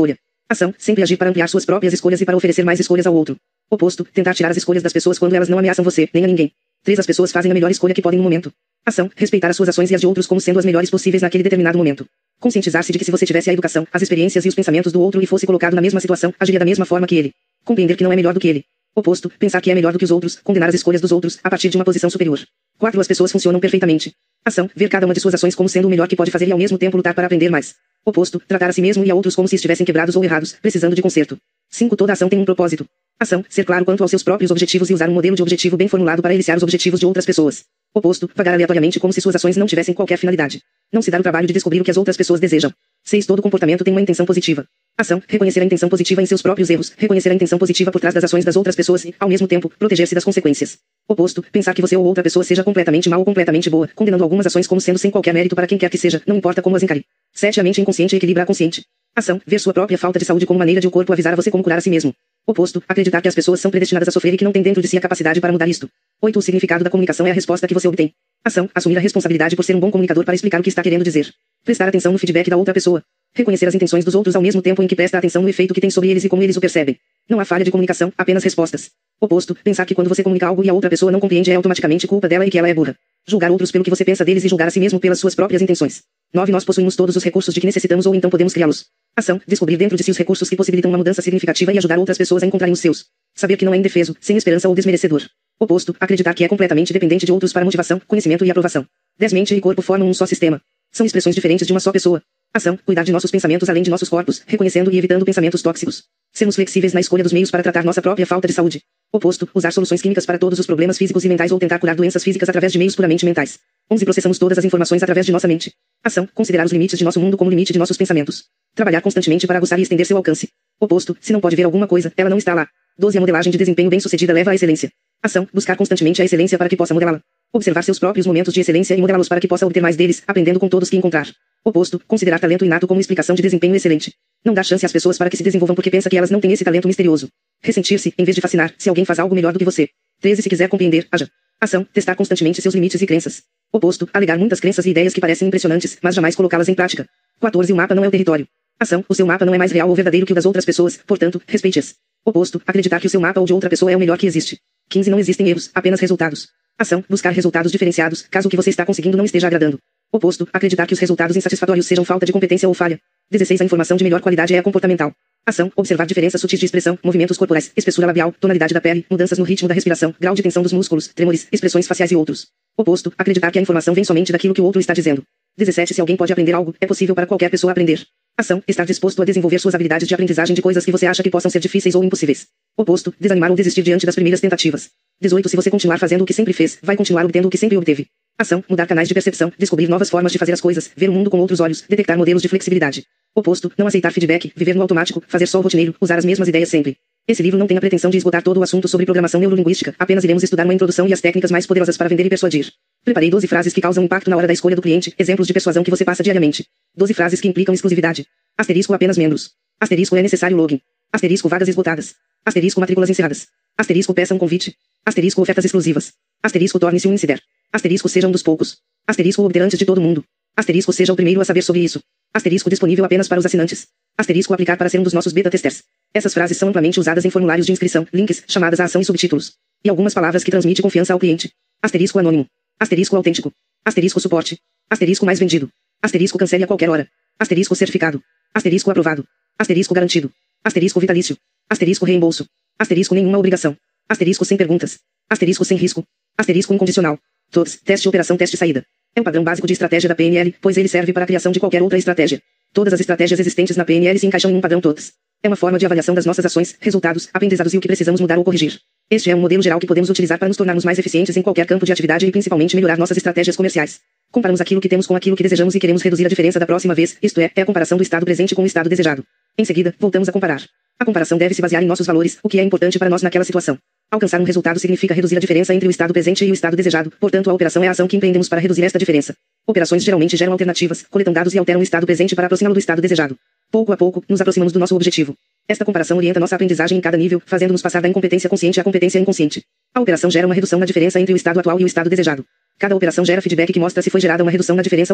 Speaker 1: Ação, sempre agir para ampliar suas próprias escolhas e para oferecer mais escolhas ao outro. Oposto, tentar tirar as escolhas das pessoas quando elas não ameaçam você, nem a ninguém. três As pessoas fazem a melhor escolha que podem no momento. Ação, respeitar as suas ações e as de outros como sendo as melhores possíveis naquele determinado momento. Conscientizar-se de que se você tivesse a educação, as experiências e os pensamentos do outro e fosse colocado na mesma situação, agiria da mesma forma que ele. Compreender que não é melhor do que ele. Oposto, pensar que é melhor do que os outros, condenar as escolhas dos outros, a partir de uma posição superior. quatro As pessoas funcionam perfeitamente. Ação, ver cada uma de suas ações como sendo o melhor que pode fazer e ao mesmo tempo lutar para aprender mais. Oposto, tratar a si mesmo e a outros como se estivessem quebrados ou errados, precisando de conserto. cinco Toda ação tem um propósito. Ação, ser claro quanto aos seus próprios objetivos e usar um modelo de objetivo bem formulado para iniciar os objetivos de outras pessoas. Oposto, vagar aleatoriamente como se suas ações não tivessem qualquer finalidade. Não se dar o trabalho de descobrir o que as outras pessoas desejam. seis Todo comportamento tem uma intenção positiva. Ação, reconhecer a intenção positiva em seus próprios erros, reconhecer a intenção positiva por trás das ações das outras pessoas e, ao mesmo tempo, proteger-se das consequências. Oposto, pensar que você ou outra pessoa seja completamente mal ou completamente boa, condenando algumas ações como sendo sem qualquer mérito para quem quer que seja, não importa como as encare. sete A mente inconsciente equilibra a consciente. Ação, ver sua própria falta de saúde como maneira de o corpo avisar a você como curar a si mesmo. Oposto, acreditar que as pessoas são predestinadas a sofrer e que não têm dentro de si a capacidade para mudar isto. oito O significado da comunicação é a resposta que você obtém. Ação, assumir a responsabilidade por ser um bom comunicador para explicar o que está querendo dizer. Prestar atenção no feedback da outra pessoa. Reconhecer as intenções dos outros ao mesmo tempo em que presta atenção no efeito que tem sobre eles e como eles o percebem. Não há falha de comunicação, apenas respostas. Oposto, pensar que quando você comunica algo e a outra pessoa não compreende é automaticamente culpa dela e que ela é burra. Julgar outros pelo que você pensa deles e julgar a si mesmo pelas suas próprias intenções. nove Nós possuímos todos os recursos de que necessitamos ou então podemos criá-los. Ação, descobrir dentro de si os recursos que possibilitam uma mudança significativa e ajudar outras pessoas a encontrarem os seus. Saber que não é indefeso, sem esperança ou desmerecedor. Oposto, acreditar que é completamente dependente de outros para motivação, conhecimento e aprovação. dez Mente e corpo formam um só sistema. São expressões diferentes de uma só pessoa. Ação, cuidar de nossos pensamentos além de nossos corpos, reconhecendo e evitando pensamentos tóxicos. Sermos flexíveis na escolha dos meios para tratar nossa própria falta de saúde. Oposto, usar soluções químicas para todos os problemas físicos e mentais ou tentar curar doenças físicas através de meios puramente mentais. onze Processamos todas as informações através de nossa mente. Ação, considerar os limites de nosso mundo como limite de nossos pensamentos. Trabalhar constantemente para aguçar e estender seu alcance. Oposto, se não pode ver alguma coisa, ela não está lá. doze A modelagem de desempenho bem-sucedida leva à excelência. Ação, buscar constantemente a excelência para que possa modelá-la. Observar seus próprios momentos de excelência e modelá-los para que possa obter mais deles, aprendendo com todos que encontrar. Oposto, considerar talento inato como explicação de desempenho excelente. Não dar chance às pessoas para que se desenvolvam porque pensa que elas não têm esse talento misterioso. Ressentir-se, em vez de fascinar, se alguém faz algo melhor do que você. treze Se quiser compreender, haja. Ação, testar constantemente seus limites e crenças. Oposto, alegar muitas crenças e ideias que parecem impressionantes, mas jamais colocá-las em prática. quatorze O mapa não é o território. Ação, o seu mapa não é mais real ou verdadeiro que o das outras pessoas, portanto, respeite-as. Oposto, acreditar que o seu mapa ou de outra pessoa é o melhor que existe. quinze Não existem erros, apenas resultados. Ação, buscar resultados diferenciados, caso o que você está conseguindo não esteja agradando. Oposto, acreditar que os resultados insatisfatórios sejam falta de competência ou falha. dezesseis A informação de melhor qualidade é a comportamental. Ação, observar diferenças sutis de expressão, movimentos corporais, espessura labial, tonalidade da pele, mudanças no ritmo da respiração, grau de tensão dos músculos, tremores, expressões faciais e outros. Oposto, acreditar que a informação vem somente daquilo que o outro está dizendo. dezessete Se alguém pode aprender algo, é possível para qualquer pessoa aprender. Ação, estar disposto a desenvolver suas habilidades de aprendizagem de coisas que você acha que possam ser difíceis ou impossíveis. Oposto, desanimar ou desistir diante das primeiras tentativas. dezoito Se você continuar fazendo o que sempre fez, vai continuar obtendo o que sempre obteve. Ação, mudar canais de percepção, descobrir novas formas de fazer as coisas, ver o mundo com outros olhos, detectar modelos de flexibilidade. Oposto, não aceitar feedback, viver no automático, fazer só o rotineiro, usar as mesmas ideias sempre. Esse livro não tem a pretensão de esgotar todo o assunto sobre programação neurolinguística, apenas iremos estudar uma introdução e as técnicas mais poderosas para vender e persuadir. Preparei doze frases que causam impacto na hora da escolha do cliente, exemplos de persuasão que você passa diariamente. doze frases que implicam exclusividade. Asterisco apenas membros. Asterisco é necessário login. Asterisco vagas esgotadas. Asterisco matrículas encerradas. Asterisco peça um convite. Asterisco ofertas exclusivas. Asterisco torne-se um insider. Asterisco seja um dos poucos. Asterisco obter antes de todo mundo. Asterisco seja o primeiro a saber sobre isso. Asterisco disponível apenas para os assinantes. Asterisco aplicar para ser um dos nossos beta testers. Essas frases são amplamente usadas em formulários de inscrição, links, chamadas à ação e subtítulos. E algumas palavras que transmitem confiança ao cliente. Asterisco anônimo. Asterisco autêntico. Asterisco suporte. Asterisco mais vendido. Asterisco cancele a qualquer hora. Asterisco certificado. Asterisco aprovado. Asterisco garantido. Asterisco vitalício. Asterisco reembolso. Asterisco nenhuma obrigação. Asterisco sem perguntas. Asterisco sem risco. Asterisco incondicional. T O D S, teste operação teste saída. É o padrão básico de estratégia da P N L, pois ele serve para a criação de qualquer outra estratégia. Todas as estratégias existentes na P N L se encaixam em um padrão T O D S. É uma forma de avaliação das nossas ações, resultados, aprendizados e o que precisamos mudar ou corrigir. Este é um modelo geral que podemos utilizar para nos tornarmos mais eficientes em qualquer campo de atividade e principalmente melhorar nossas estratégias comerciais. Comparamos aquilo que temos com aquilo que desejamos e queremos reduzir a diferença da próxima vez, isto é, é a comparação do estado presente com o estado desejado. Em seguida, voltamos a comparar. A comparação deve se basear em nossos valores, o que é importante para nós naquela situação. Alcançar um resultado significa reduzir a diferença entre o estado presente e o estado desejado, portanto a operação é a ação que empreendemos para reduzir esta diferença. Operações geralmente geram alternativas, coletam dados e alteram o estado presente para aproximá-lo do estado desejado. Pouco a pouco, nos aproximamos do nosso objetivo. Esta comparação orienta nossa aprendizagem em cada nível, fazendo-nos passar da incompetência consciente à competência inconsciente. A operação gera uma redução na diferença entre o estado atual e o estado desejado. Cada operação gera feedback que mostra se foi gerada uma redução na diferença ou não.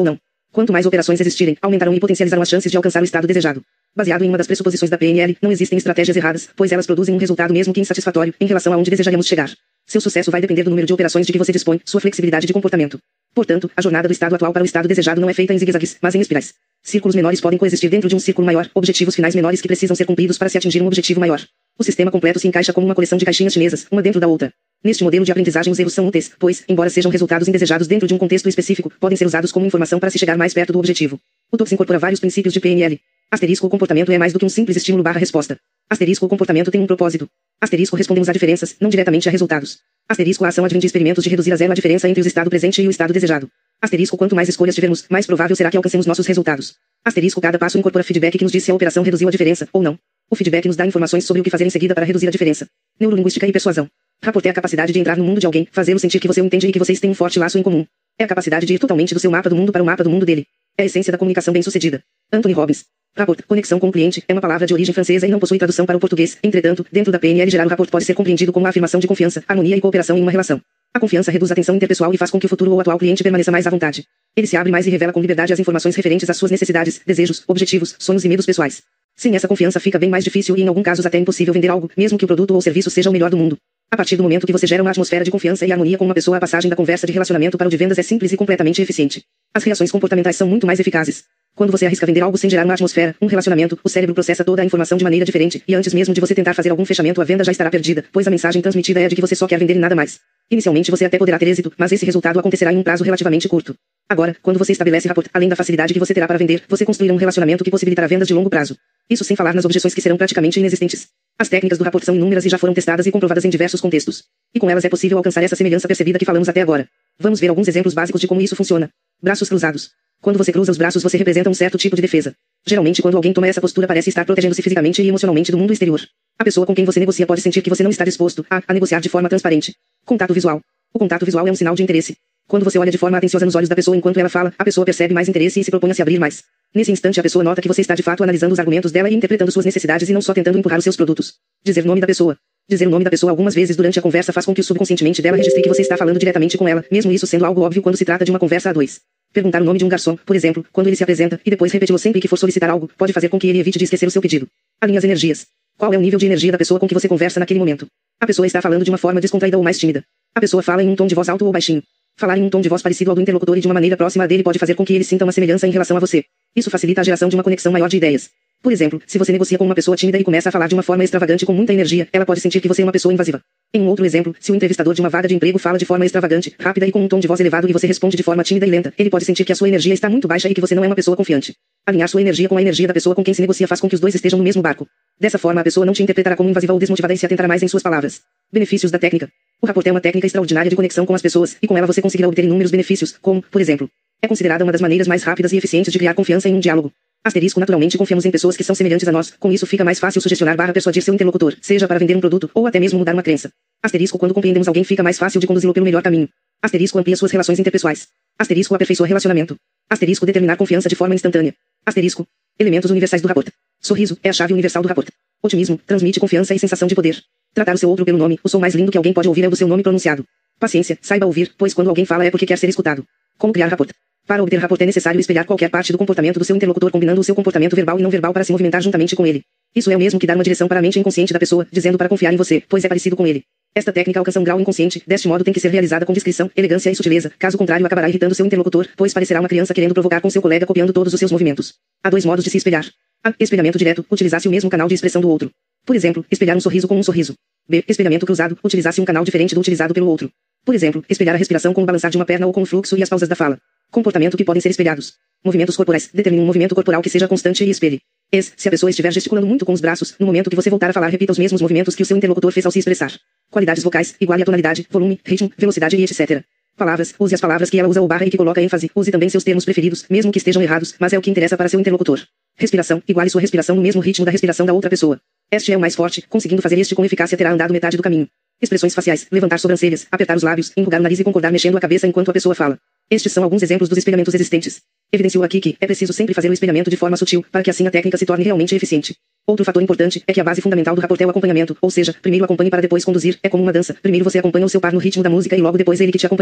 Speaker 1: Quanto mais operações existirem, aumentarão e potencializarão as chances de alcançar o estado desejado. Baseado em uma das pressuposições da P N L, não existem estratégias erradas, pois elas produzem um resultado mesmo que insatisfatório, em relação a onde desejaríamos chegar. Seu sucesso vai depender do número de operações de que você dispõe, sua flexibilidade de comportamento. Portanto, a jornada do estado atual para o estado desejado não é feita em zigue-zagues, mas em espirais. Círculos menores podem coexistir dentro de um círculo maior, objetivos finais menores que precisam ser cumpridos para se atingir um objetivo maior. O sistema completo se encaixa como uma coleção de caixinhas chinesas, uma dentro da outra. Neste modelo de aprendizagem os erros são úteis, pois, embora sejam resultados indesejados dentro de um contexto específico, podem ser usados como informação para se chegar mais perto do objetivo. O T O P S incorpora vários princípios de P N L. Asterisco o comportamento é mais do que um simples estímulo barra resposta. Asterisco o comportamento tem um propósito. Asterisco respondemos a diferenças, não diretamente a resultados. Asterisco a ação advém de experimentos de reduzir a zero a diferença entre o estado presente e o estado desejado. Asterisco quanto mais escolhas tivermos, mais provável será que alcancemos nossos resultados. Asterisco cada passo incorpora feedback que nos diz se a operação reduziu a diferença, ou não. O feedback nos dá informações sobre o que fazer em seguida para reduzir a diferença. Neurolinguística e persuasão. Rapport é a capacidade de entrar no mundo de alguém, fazê-lo sentir que você o entende e que vocês têm um forte laço em comum. É a capacidade de ir totalmente do seu mapa do mundo para o mapa do mundo dele. É a essência da comunicação bem-sucedida. Anthony Robbins. Rapport, conexão com o cliente, é uma palavra de origem francesa e não possui tradução para o português. Entretanto, dentro da P N L gerar o rapport pode ser compreendido como a afirmação de confiança, harmonia e cooperação em uma relação. A confiança reduz a tensão interpessoal e faz com que o futuro ou atual cliente permaneça mais à vontade. Ele se abre mais e revela com liberdade as informações referentes às suas necessidades, desejos, objetivos, sonhos e medos pessoais. Sem essa confiança fica bem mais difícil e em alguns casos até impossível vender algo, mesmo que o produto ou serviço seja o melhor do mundo. A partir do momento que você gera uma atmosfera de confiança e harmonia com uma pessoa, a passagem da conversa de relacionamento para o de vendas é simples e completamente eficiente. As reações comportamentais são muito mais eficazes. Quando você arrisca vender algo sem gerar uma atmosfera, um relacionamento, o cérebro processa toda a informação de maneira diferente, e antes mesmo de você tentar fazer algum fechamento a venda já estará perdida, pois a mensagem transmitida é de que você só quer vender e nada mais. Inicialmente você até poderá ter êxito, mas esse resultado acontecerá em um prazo relativamente curto. Agora, quando você estabelece rapport, além da facilidade que você terá para vender, você construirá um relacionamento que possibilitará vendas de longo prazo. Isso sem falar nas objeções que serão praticamente inexistentes. As técnicas do rapport são inúmeras e já foram testadas e comprovadas em diversos contextos. E com elas é possível alcançar essa semelhança percebida que falamos até agora. Vamos ver alguns exemplos básicos de como isso funciona. Braços cruzados. Quando você cruza os braços você representa um certo tipo de defesa. Geralmente quando alguém toma essa postura parece estar protegendo-se fisicamente e emocionalmente do mundo exterior. A pessoa com quem você negocia pode sentir que você não está disposto a, a negociar de forma transparente. Contato visual. O contato visual é um sinal de interesse. Quando você olha de forma atenciosa nos olhos da pessoa enquanto ela fala, a pessoa percebe mais interesse e se propõe a se abrir mais. Nesse instante a pessoa nota que você está de fato analisando os argumentos dela e interpretando suas necessidades e não só tentando empurrar os seus produtos. Dizer o nome da pessoa. Dizer o nome da pessoa algumas vezes durante a conversa faz com que o subconscientemente dela registre que você está falando diretamente com ela, mesmo isso sendo algo óbvio quando se trata de uma conversa a dois. Perguntar o nome de um garçom, por exemplo, quando ele se apresenta, e depois repeti-lo sempre que for solicitar algo, pode fazer com que ele evite de esquecer o seu pedido. Alinhe as energias. Qual é o nível de energia da pessoa com que você conversa naquele momento? A pessoa está falando de uma forma descontraída ou mais tímida. A pessoa fala em um tom de voz alto ou baixinho. Falar em um tom de voz parecido ao do interlocutor e de uma maneira próxima a dele pode fazer com que ele sinta uma semelhança em relação a você. Isso facilita a geração de uma conexão maior de ideias. Por exemplo, se você negocia com uma pessoa tímida e começa a falar de uma forma extravagante com muita energia, ela pode sentir que você é uma pessoa invasiva. Em um outro exemplo, se o entrevistador de uma vaga de emprego fala de forma extravagante, rápida e com um tom de voz elevado e você responde de forma tímida e lenta, ele pode sentir que a sua energia está muito baixa e que você não é uma pessoa confiante. Alinhar sua energia com a energia da pessoa com quem se negocia faz com que os dois estejam no mesmo barco. Dessa forma a pessoa não te interpretará como invasiva ou desmotivada e se atentará mais em suas palavras. Benefícios da técnica. O rapport é uma técnica extraordinária de conexão com as pessoas, e com ela você conseguirá obter inúmeros benefícios, como, por exemplo, é considerada uma das maneiras mais rápidas e eficientes de criar confiança em um diálogo. Asterisco naturalmente confiamos em pessoas que são semelhantes a nós, com isso fica mais fácil sugestionar barra persuadir seu interlocutor, seja para vender um produto, ou até mesmo mudar uma crença. Asterisco quando compreendemos alguém fica mais fácil de conduzi-lo pelo melhor caminho. Asterisco amplia suas relações interpessoais. Asterisco aperfeiçoa relacionamento. Asterisco determinar confiança de forma instantânea. Asterisco. Elementos universais do rapport. Sorriso é a chave universal do rapport. Otimismo transmite confiança e sensação de poder. Tratar o seu outro pelo nome, o som mais lindo que alguém pode ouvir é o do seu nome pronunciado. Paciência, saiba ouvir, pois quando alguém fala é porque quer ser escutado. Como criar rapport? Para obter rapport é necessário espelhar qualquer parte do comportamento do seu interlocutor combinando o seu comportamento verbal e não verbal para se movimentar juntamente com ele. Isso é o mesmo que dar uma direção para a mente inconsciente da pessoa, dizendo para confiar em você, pois é parecido com ele. Esta técnica alcança um grau inconsciente, deste modo tem que ser realizada com discrição, elegância e sutileza, caso contrário acabará irritando seu interlocutor, pois parecerá uma criança querendo provocar com seu colega copiando todos os seus movimentos. Há dois modos de se espelhar. A. Espelhamento direto, utilizasse o mesmo canal de expressão do outro. Por exemplo, espelhar um sorriso com um sorriso. B. Espelhamento cruzado, utilizasse um canal diferente do utilizado pelo outro. Por exemplo, espelhar a respiração com o balançar de uma perna ou com o fluxo e as pausas da fala. Comportamento que podem ser espelhados. Movimentos corporais. Determine um movimento corporal que seja constante e espelhe. Es, se a pessoa estiver gesticulando muito com os braços, no momento que você voltar a falar repita os mesmos movimentos que o seu interlocutor fez ao se expressar. Qualidades vocais, iguale a tonalidade, volume, ritmo, velocidade e etcétera. Palavras, use as palavras que ela usa ou barra e que coloca ênfase. Use também seus termos preferidos, mesmo que estejam errados, mas é o que interessa para seu interlocutor. Respiração, iguale sua respiração no mesmo ritmo da respiração da outra pessoa. Este é o mais forte, conseguindo fazer este com eficácia terá andado metade do caminho. Expressões faciais, levantar sobrancelhas, apertar os lábios, enrugar o nariz e concordar mexendo a cabeça enquanto a pessoa fala. Estes são alguns exemplos dos espelhamentos existentes. Evidenciou aqui que é preciso sempre fazer o espelhamento de forma sutil, para que assim a técnica se torne realmente eficiente. Outro fator importante é que a base fundamental do rapport é o acompanhamento, ou seja, primeiro acompanhe para depois conduzir, é como uma dança, primeiro você acompanha o seu par no ritmo da música e logo depois ele que te acompanhará.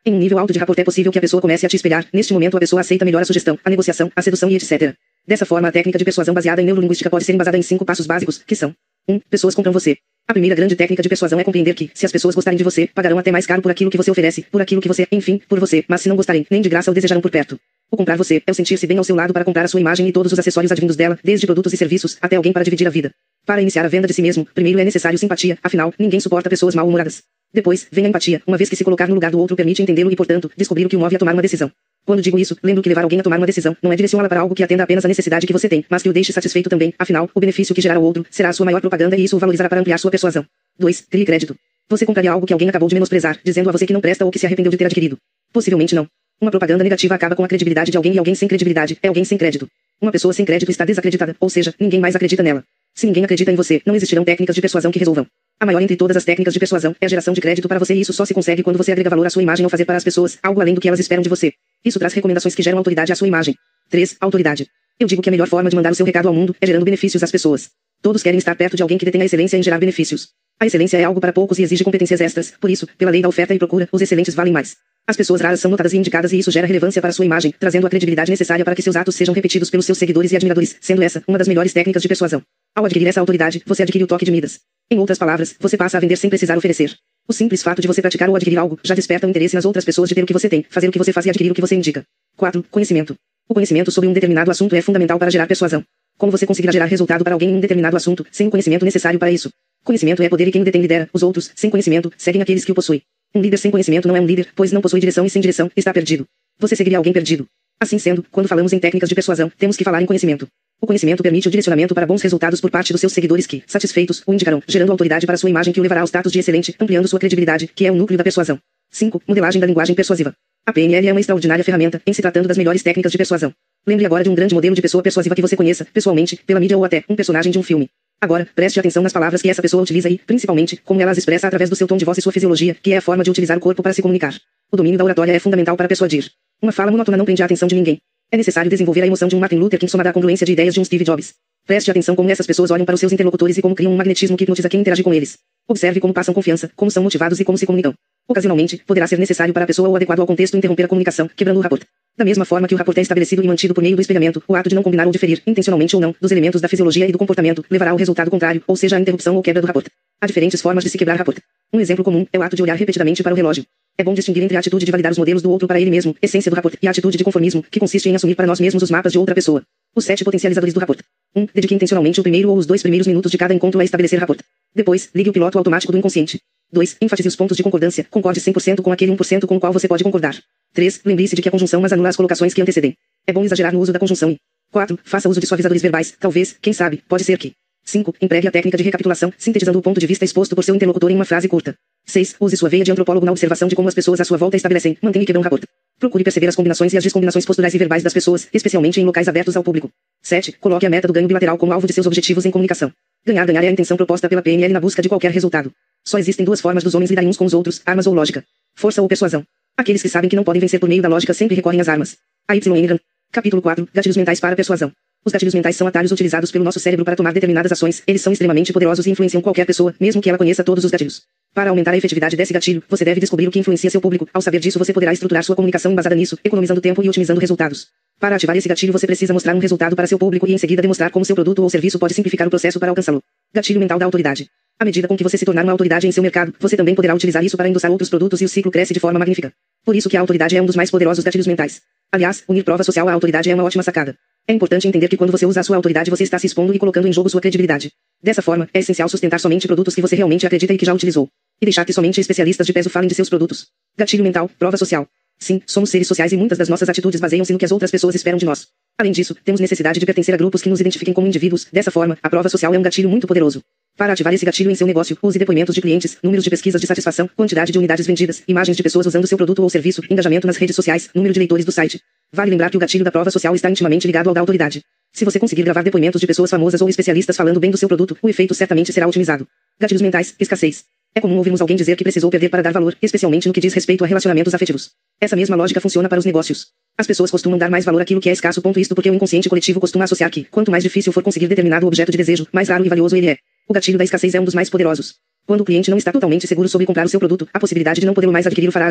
Speaker 1: Em um nível alto de rapport é possível que a pessoa comece a te espelhar. Neste momento a pessoa aceita melhor a sugestão, a negociação, a sedução e etcétera. Dessa forma a técnica de persuasão baseada em neurolinguística pode ser embasada em cinco passos básicos, que são: um. Pessoas compram você. A primeira grande técnica de persuasão é compreender que, se as pessoas gostarem de você, pagarão até mais caro por aquilo que você oferece, por aquilo que você, enfim, por você, mas se não gostarem, nem de graça o desejarão por perto. O comprar você é o sentir-se bem ao seu lado para comprar a sua imagem e todos os acessórios advindos dela, desde produtos e serviços, até alguém para dividir a vida. Para iniciar a venda de si mesmo, primeiro é necessário simpatia, afinal, ninguém suporta pessoas mal-humoradas. Depois, vem a empatia, uma vez que se colocar no lugar do outro permite entendê-lo e, portanto, descobrir o que o move a tomar uma decisão. Quando digo isso, lembro que levar alguém a tomar uma decisão não é direcioná-la para algo que atenda apenas à necessidade que você tem, mas que o deixe satisfeito também, afinal, o benefício que gerar ao outro será a sua maior propaganda e isso o valorizará para ampliar sua persuasão. dois. Crie crédito. Você compraria algo que alguém acabou de menosprezar, dizendo a você que não presta ou que se arrependeu de ter adquirido? Possivelmente não. Uma propaganda negativa acaba com a credibilidade de alguém e alguém sem credibilidade é alguém sem crédito. Uma pessoa sem crédito está desacreditada, ou seja, ninguém mais acredita nela. Se ninguém acredita em você, não existirão técnicas de persuasão que resolvam. A maior entre todas as técnicas de persuasão é a geração de crédito para você e isso só se consegue quando você agrega valor à sua imagem ao fazer para as pessoas algo além do que elas esperam de você. Isso traz recomendações que geram autoridade à sua imagem. três. Autoridade. Eu digo que a melhor forma de mandar o seu recado ao mundo é gerando benefícios às pessoas. Todos querem estar perto de alguém que detém a excelência em gerar benefícios. A excelência é algo para poucos e exige competências extras, por isso, pela lei da oferta e procura, os excelentes valem mais. As pessoas raras são notadas e indicadas e isso gera relevância para sua imagem, trazendo a credibilidade necessária para que seus atos sejam repetidos pelos seus seguidores e admiradores, sendo essa uma das melhores técnicas de persuasão. Ao adquirir essa autoridade, você adquire o toque de Midas. Em outras palavras, você passa a vender sem precisar oferecer. O simples fato de você praticar ou adquirir algo já desperta o interesse nas outras pessoas de ter o que você tem, fazer o que você faz e adquirir o que você indica. quatro. Conhecimento. O conhecimento sobre um determinado assunto é fundamental para gerar persuasão. Como você conseguirá gerar resultado para alguém em um determinado assunto, sem o conhecimento necessário para isso? Conhecimento é poder e quem o detém lidera, os outros, sem conhecimento, seguem aqueles que o possuem. Um líder sem conhecimento não é um líder, pois não possui direção e sem direção, está perdido. Você seguiria alguém perdido. Assim sendo, quando falamos em técnicas de persuasão, temos que falar em conhecimento. O conhecimento permite o direcionamento para bons resultados por parte dos seus seguidores que, satisfeitos, o indicarão, gerando autoridade para sua imagem que o levará ao status de excelente, ampliando sua credibilidade, que é o núcleo da persuasão. cinco. Modelagem da linguagem persuasiva. A P N L é uma extraordinária ferramenta, em se tratando das melhores técnicas de persuasão. Lembre agora de um grande modelo de pessoa persuasiva que você conheça, pessoalmente, pela mídia ou até um personagem de um filme. Agora, preste atenção nas palavras que essa pessoa utiliza e, principalmente, como ela as expressa através do seu tom de voz e sua fisiologia, que é a forma de utilizar o corpo para se comunicar. O domínio da oratória é fundamental para persuadir. Uma fala monótona não prende a atenção de ninguém. É necessário desenvolver a emoção de um Martin Luther King somada à congruência de ideias de um Steve Jobs. Preste atenção como essas pessoas olham para os seus interlocutores e como criam um magnetismo que hipnotiza quem interage com eles. Observe como passam confiança, como são motivados e como se comunicam. Ocasionalmente, poderá ser necessário para a pessoa ou adequado ao contexto interromper a comunicação, quebrando o rapport. Da mesma forma que o rapport é estabelecido e mantido por meio do espelhamento, o ato de não combinar ou diferir, intencionalmente ou não, dos elementos da fisiologia e do comportamento, levará ao resultado contrário, ou seja, a interrupção ou quebra do rapport. Há diferentes formas de se quebrar rapport. Um exemplo comum é o ato de olhar repetidamente para o relógio. É bom distinguir entre a atitude de validar os modelos do outro para ele mesmo, essência do rapport, e a atitude de conformismo, que consiste em assumir para nós mesmos os mapas de outra pessoa. Os sete potencializadores do rapport. um. Dedique intencionalmente o primeiro ou os dois primeiros minutos de cada encontro a estabelecer rapport. Depois, ligue o piloto automático do inconsciente. dois. Enfatize os pontos de concordância, concorde cem por cento com aquele um por cento com o qual você pode concordar. três. Lembre-se de que a conjunção mas anula as colocações que antecedem. É bom exagerar no uso da conjunção e. quatro. Faça uso de suavizadores verbais, talvez, quem sabe, pode ser que. cinco. Empregue a técnica de recapitulação, sintetizando o ponto de vista exposto por seu interlocutor em uma frase curta. seis. Use sua veia de antropólogo na observação de como as pessoas à sua volta estabelecem, mantêm e quebram rapport. Procure perceber as combinações e as descombinações posturais e verbais das pessoas, especialmente em locais abertos ao público. sete. Coloque a meta do ganho bilateral como alvo de seus objetivos em comunicação. Ganhar-ganhar é a intenção proposta pela P N L na busca de qualquer resultado. Só existem duas formas dos homens lidarem uns com os outros, armas ou lógica. Força ou persuasão. Aqueles que sabem que não podem vencer por meio da lógica sempre recorrem às armas. A Y. Engram. Capítulo quatro. Gatilhos mentais para a persuasão. Os gatilhos mentais são atalhos utilizados pelo nosso cérebro para tomar determinadas ações. Eles são extremamente poderosos e influenciam qualquer pessoa, mesmo que ela conheça todos os gatilhos. Para aumentar a efetividade desse gatilho, você deve descobrir o que influencia seu público. Ao saber disso, você poderá estruturar sua comunicação embasada nisso, economizando tempo e otimizando resultados. Para ativar esse gatilho, você precisa mostrar um resultado para seu público e em seguida demonstrar como seu produto ou serviço pode simplificar o processo para alcançá-lo. Gatilho mental da autoridade. À medida com que você se tornar uma autoridade em seu mercado, você também poderá utilizar isso para endossar outros produtos e o ciclo cresce de forma magnífica. Por isso que a autoridade é um dos mais poderosos gatilhos mentais. Aliás, unir prova social à autoridade é uma ótima sacada. É importante entender que quando você usa a sua autoridade você está se expondo e colocando em jogo sua credibilidade. Dessa forma, é essencial sustentar somente produtos que você realmente acredita e que já utilizou. E deixar que somente especialistas de peso falem de seus produtos. Gatilho mental, prova social. Sim, somos seres sociais e muitas das nossas atitudes baseiam-se no que as outras pessoas esperam de nós. Além disso, temos necessidade de pertencer a grupos que nos identifiquem como indivíduos. Dessa forma, a prova social é um gatilho muito poderoso. Para ativar esse gatilho em seu negócio, use depoimentos de clientes, números de pesquisas de satisfação, quantidade de unidades vendidas, imagens de pessoas usando seu produto ou serviço, engajamento nas redes sociais, número de leitores do site. Vale lembrar que o gatilho da prova social está intimamente ligado ao da autoridade. Se você conseguir gravar depoimentos de pessoas famosas ou especialistas falando bem do seu produto, o efeito certamente será otimizado. Gatilhos mentais, escassez. É comum ouvirmos alguém dizer que precisou perder para dar valor, especialmente no que diz respeito a relacionamentos afetivos. Essa mesma lógica funciona para os negócios. As pessoas costumam dar mais valor àquilo que é escasso. Isto porque o inconsciente coletivo costuma associar que, quanto mais difícil for conseguir determinado objeto de desejo, mais raro e valioso ele é. O gatilho da escassez é um dos mais poderosos. Quando o cliente não está totalmente seguro sobre comprar o seu produto, a possibilidade de não podê-lo mais adquirir o fará agir.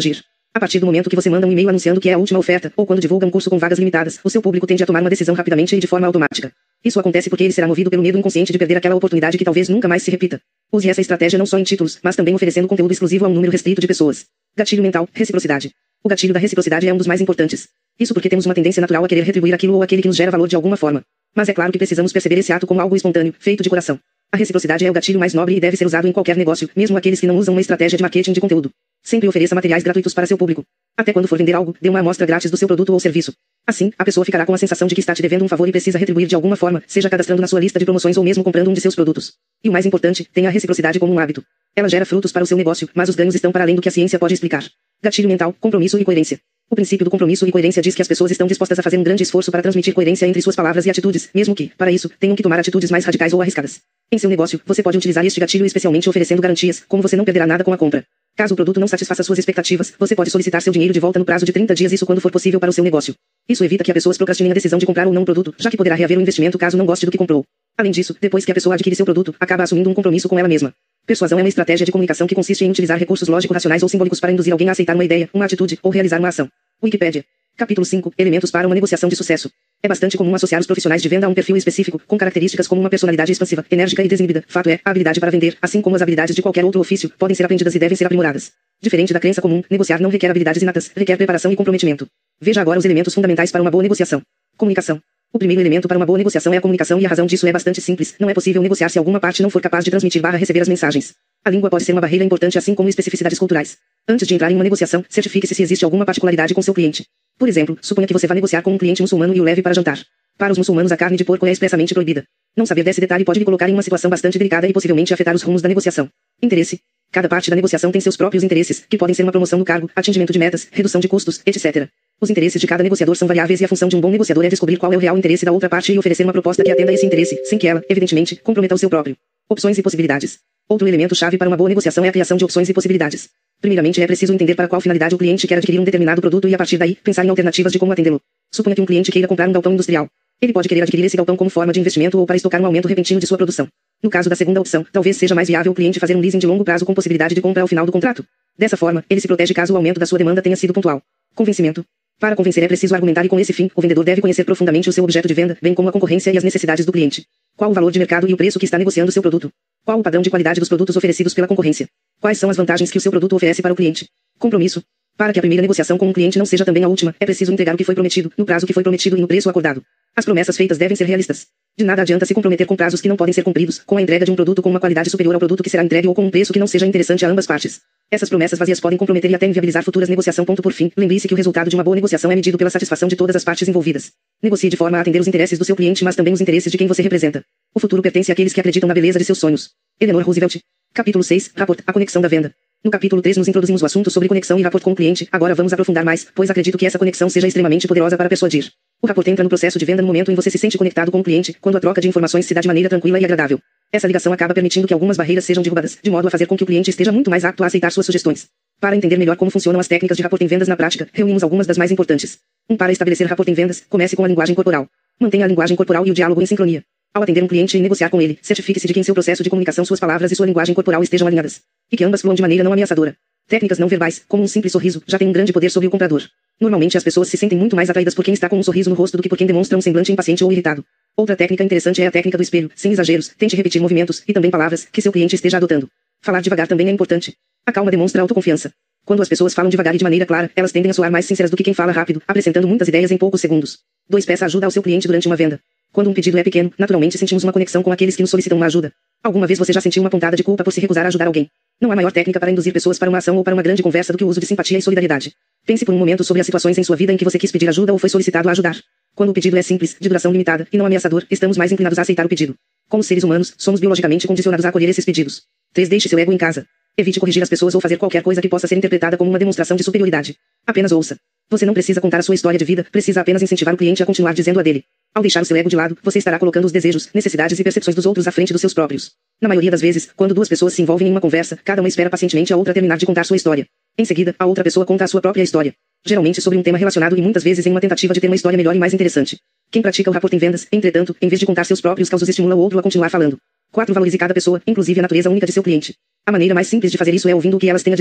Speaker 1: A partir do momento que você manda um e-mail anunciando que é a última oferta, ou quando divulga um curso com vagas limitadas, o seu público tende a tomar uma decisão rapidamente e de forma automática. Isso acontece porque ele será movido pelo medo inconsciente de perder aquela oportunidade que talvez nunca mais se repita. Use essa estratégia não só em títulos, mas também oferecendo conteúdo exclusivo a um número restrito de pessoas. Gatilho mental, reciprocidade. O gatilho da reciprocidade é um dos mais importantes. Isso porque temos uma tendência natural a querer retribuir aquilo ou aquele que nos gera valor de alguma forma. Mas é claro que precisamos perceber esse ato como algo espontâneo, feito de coração. A reciprocidade é o gatilho mais nobre e deve ser usado em qualquer negócio, mesmo aqueles que não usam uma estratégia de marketing de conteúdo. Sempre ofereça materiais gratuitos para seu público. Até quando for vender algo, dê uma amostra grátis do seu produto ou serviço. Assim, a pessoa ficará com a sensação de que está te devendo um favor e precisa retribuir de alguma forma, seja cadastrando na sua lista de promoções ou mesmo comprando um de seus produtos. E o mais importante, tenha a reciprocidade como um hábito. Ela gera frutos para o seu negócio, mas os ganhos estão para além do que a ciência pode explicar. Gatilho mental, compromisso e coerência. O princípio do compromisso e coerência diz que as pessoas estão dispostas a fazer um grande esforço para transmitir coerência entre suas palavras e atitudes, mesmo que, para isso, tenham que tomar atitudes mais radicais ou arriscadas. Em seu negócio, você pode utilizar este gatilho especialmente oferecendo garantias, como você não perderá nada com a compra. Caso o produto não satisfaça suas expectativas, você pode solicitar seu dinheiro de volta no prazo de trinta dias, isso quando for possível para o seu negócio. Isso evita que as pessoas procrastinem a decisão de comprar ou não o produto, já que poderá reaver o investimento caso não goste do que comprou. Além disso, depois que a pessoa adquire seu produto, acaba assumindo um compromisso com ela mesma. Persuasão é uma estratégia de comunicação que consiste em utilizar recursos lógico-racionais ou simbólicos para induzir alguém a aceitar uma ideia, uma atitude, ou realizar uma ação. Wikipédia. Capítulo cinco. Elementos para uma negociação de sucesso. É bastante comum associar os profissionais de venda a um perfil específico, com características como uma personalidade expansiva, enérgica e desinibida. Fato é, a habilidade para vender, assim como as habilidades de qualquer outro ofício, podem ser aprendidas e devem ser aprimoradas. Diferente da crença comum, negociar não requer habilidades inatas, requer preparação e comprometimento. Veja agora os elementos fundamentais para uma boa negociação. Comunicação. O primeiro elemento para uma boa negociação é a comunicação e a razão disso é bastante simples. Não é possível negociar se alguma parte não for capaz de transmitir barra receber as mensagens. A língua pode ser uma barreira importante assim como especificidades culturais. Antes de entrar em uma negociação, certifique-se se existe alguma particularidade com seu cliente. Por exemplo, suponha que você vá negociar com um cliente muçulmano e o leve para jantar. Para os muçulmanos a carne de porco é expressamente proibida. Não saber desse detalhe pode lhe colocar em uma situação bastante delicada e possivelmente afetar os rumos da negociação. Interesse. Cada parte da negociação tem seus próprios interesses, que podem ser uma promoção do cargo, atingimento de metas, redução de custos, etcétera. Os interesses de cada negociador são variáveis e a função de um bom negociador é descobrir qual é o real interesse da outra parte e oferecer uma proposta que atenda a esse interesse, sem que ela, evidentemente, comprometa o seu próprio. Opções e possibilidades. Outro elemento-chave para uma boa negociação é a criação de opções e possibilidades. Primeiramente é preciso entender para qual finalidade o cliente quer adquirir um determinado produto e a partir daí, pensar em alternativas de como atendê-lo. Suponha que um cliente queira comprar um galpão industrial. Ele pode querer adquirir esse galpão como forma de investimento ou para estocar um aumento repentino de sua produção. No caso da segunda opção, talvez seja mais viável o cliente fazer um leasing de longo prazo com possibilidade de compra ao final do contrato. Dessa forma, ele se protege caso o aumento da sua demanda tenha sido pontual. Convencimento. Para convencer é preciso argumentar e com esse fim, o vendedor deve conhecer profundamente o seu objeto de venda, bem como a concorrência e as necessidades do cliente. Qual o valor de mercado e o preço que está negociando seu produto? Qual o padrão de qualidade dos produtos oferecidos pela concorrência? Quais são as vantagens que o seu produto oferece para o cliente? Compromisso. Para que a primeira negociação com um cliente não seja também a última, é preciso entregar o que foi prometido, no prazo que foi prometido e no preço acordado. As promessas feitas devem ser realistas. De nada adianta se comprometer com prazos que não podem ser cumpridos, com a entrega de um produto com uma qualidade superior ao produto que será entregue ou com um preço que não seja interessante a ambas partes. Essas promessas vazias podem comprometer e até inviabilizar futuras negociações. Por fim, lembre-se que o resultado de uma boa negociação é medido pela satisfação de todas as partes envolvidas. Negocie de forma a atender os interesses do seu cliente, mas também os interesses de quem você representa. O futuro pertence àqueles que acreditam na beleza de seus sonhos. Eleanor Roosevelt. Capítulo seis. Rapport. A conexão da venda. No capítulo três nos introduzimos o assunto sobre conexão e rapport com o cliente. Agora vamos aprofundar mais, pois acredito que essa conexão seja extremamente poderosa para persuadir. O rapport entra no processo de venda no momento em que você se sente conectado com o cliente, quando a troca de informações se dá de maneira tranquila e agradável. Essa ligação acaba permitindo que algumas barreiras sejam derrubadas, de modo a fazer com que o cliente esteja muito mais apto a aceitar suas sugestões. Para entender melhor como funcionam as técnicas de rapport em vendas na prática, reunimos algumas das mais importantes. um Para estabelecer rapport em vendas, comece com a linguagem corporal. Mantenha a linguagem corporal e o diálogo em sincronia. Ao atender um cliente e negociar com ele, certifique-se de que em seu processo de comunicação suas palavras e sua linguagem corporal estejam alinhadas. E que ambas fluam de maneira não ameaçadora. Técnicas não verbais, como um simples sorriso, já têm um grande poder sobre o comprador. Normalmente as pessoas se sentem muito mais atraídas por quem está com um sorriso no rosto do que por quem demonstra um semblante impaciente ou irritado. Outra técnica interessante é a técnica do espelho. Sem exageros, tente repetir movimentos, e também palavras, que seu cliente esteja adotando. Falar devagar também é importante. A calma demonstra autoconfiança. Quando as pessoas falam devagar e de maneira clara, elas tendem a soar mais sinceras do que quem fala rápido, acrescentando muitas ideias em poucos segundos. dois Peça ajuda ao seu cliente durante uma venda. Quando um pedido é pequeno, naturalmente sentimos uma conexão com aqueles que nos solicitam uma ajuda. Alguma vez você já sentiu uma pontada de culpa por se recusar a ajudar alguém? Não há maior técnica para induzir pessoas para uma ação ou para uma grande conversa do que o uso de simpatia e solidariedade. Pense por um momento sobre as situações em sua vida em que você quis pedir ajuda ou foi solicitado a ajudar. Quando o pedido é simples, de duração limitada, e não ameaçador, estamos mais inclinados a aceitar o pedido. Como seres humanos, somos biologicamente condicionados a acolher esses pedidos. três Deixe seu ego em casa. Evite corrigir as pessoas ou fazer qualquer coisa que possa ser interpretada como uma demonstração de superioridade. Apenas ouça. Você não precisa contar a sua história de vida, precisa apenas incentivar o cliente a continuar dizendo a dele. Ao deixar o seu ego de lado, você estará colocando os desejos, necessidades e percepções dos outros à frente dos seus próprios. Na maioria das vezes, quando duas pessoas se envolvem em uma conversa, cada uma espera pacientemente a outra terminar de contar sua história. Em seguida, a outra pessoa conta a sua própria história. Geralmente sobre um tema relacionado e muitas vezes em uma tentativa de ter uma história melhor e mais interessante. Quem pratica o rapport em vendas, entretanto, em vez de contar seus próprios causos, estimula o outro a continuar falando. quatro Valorize cada pessoa, inclusive a natureza única de seu cliente. A maneira mais simples de fazer isso é ouvindo o que elas têm a dizer.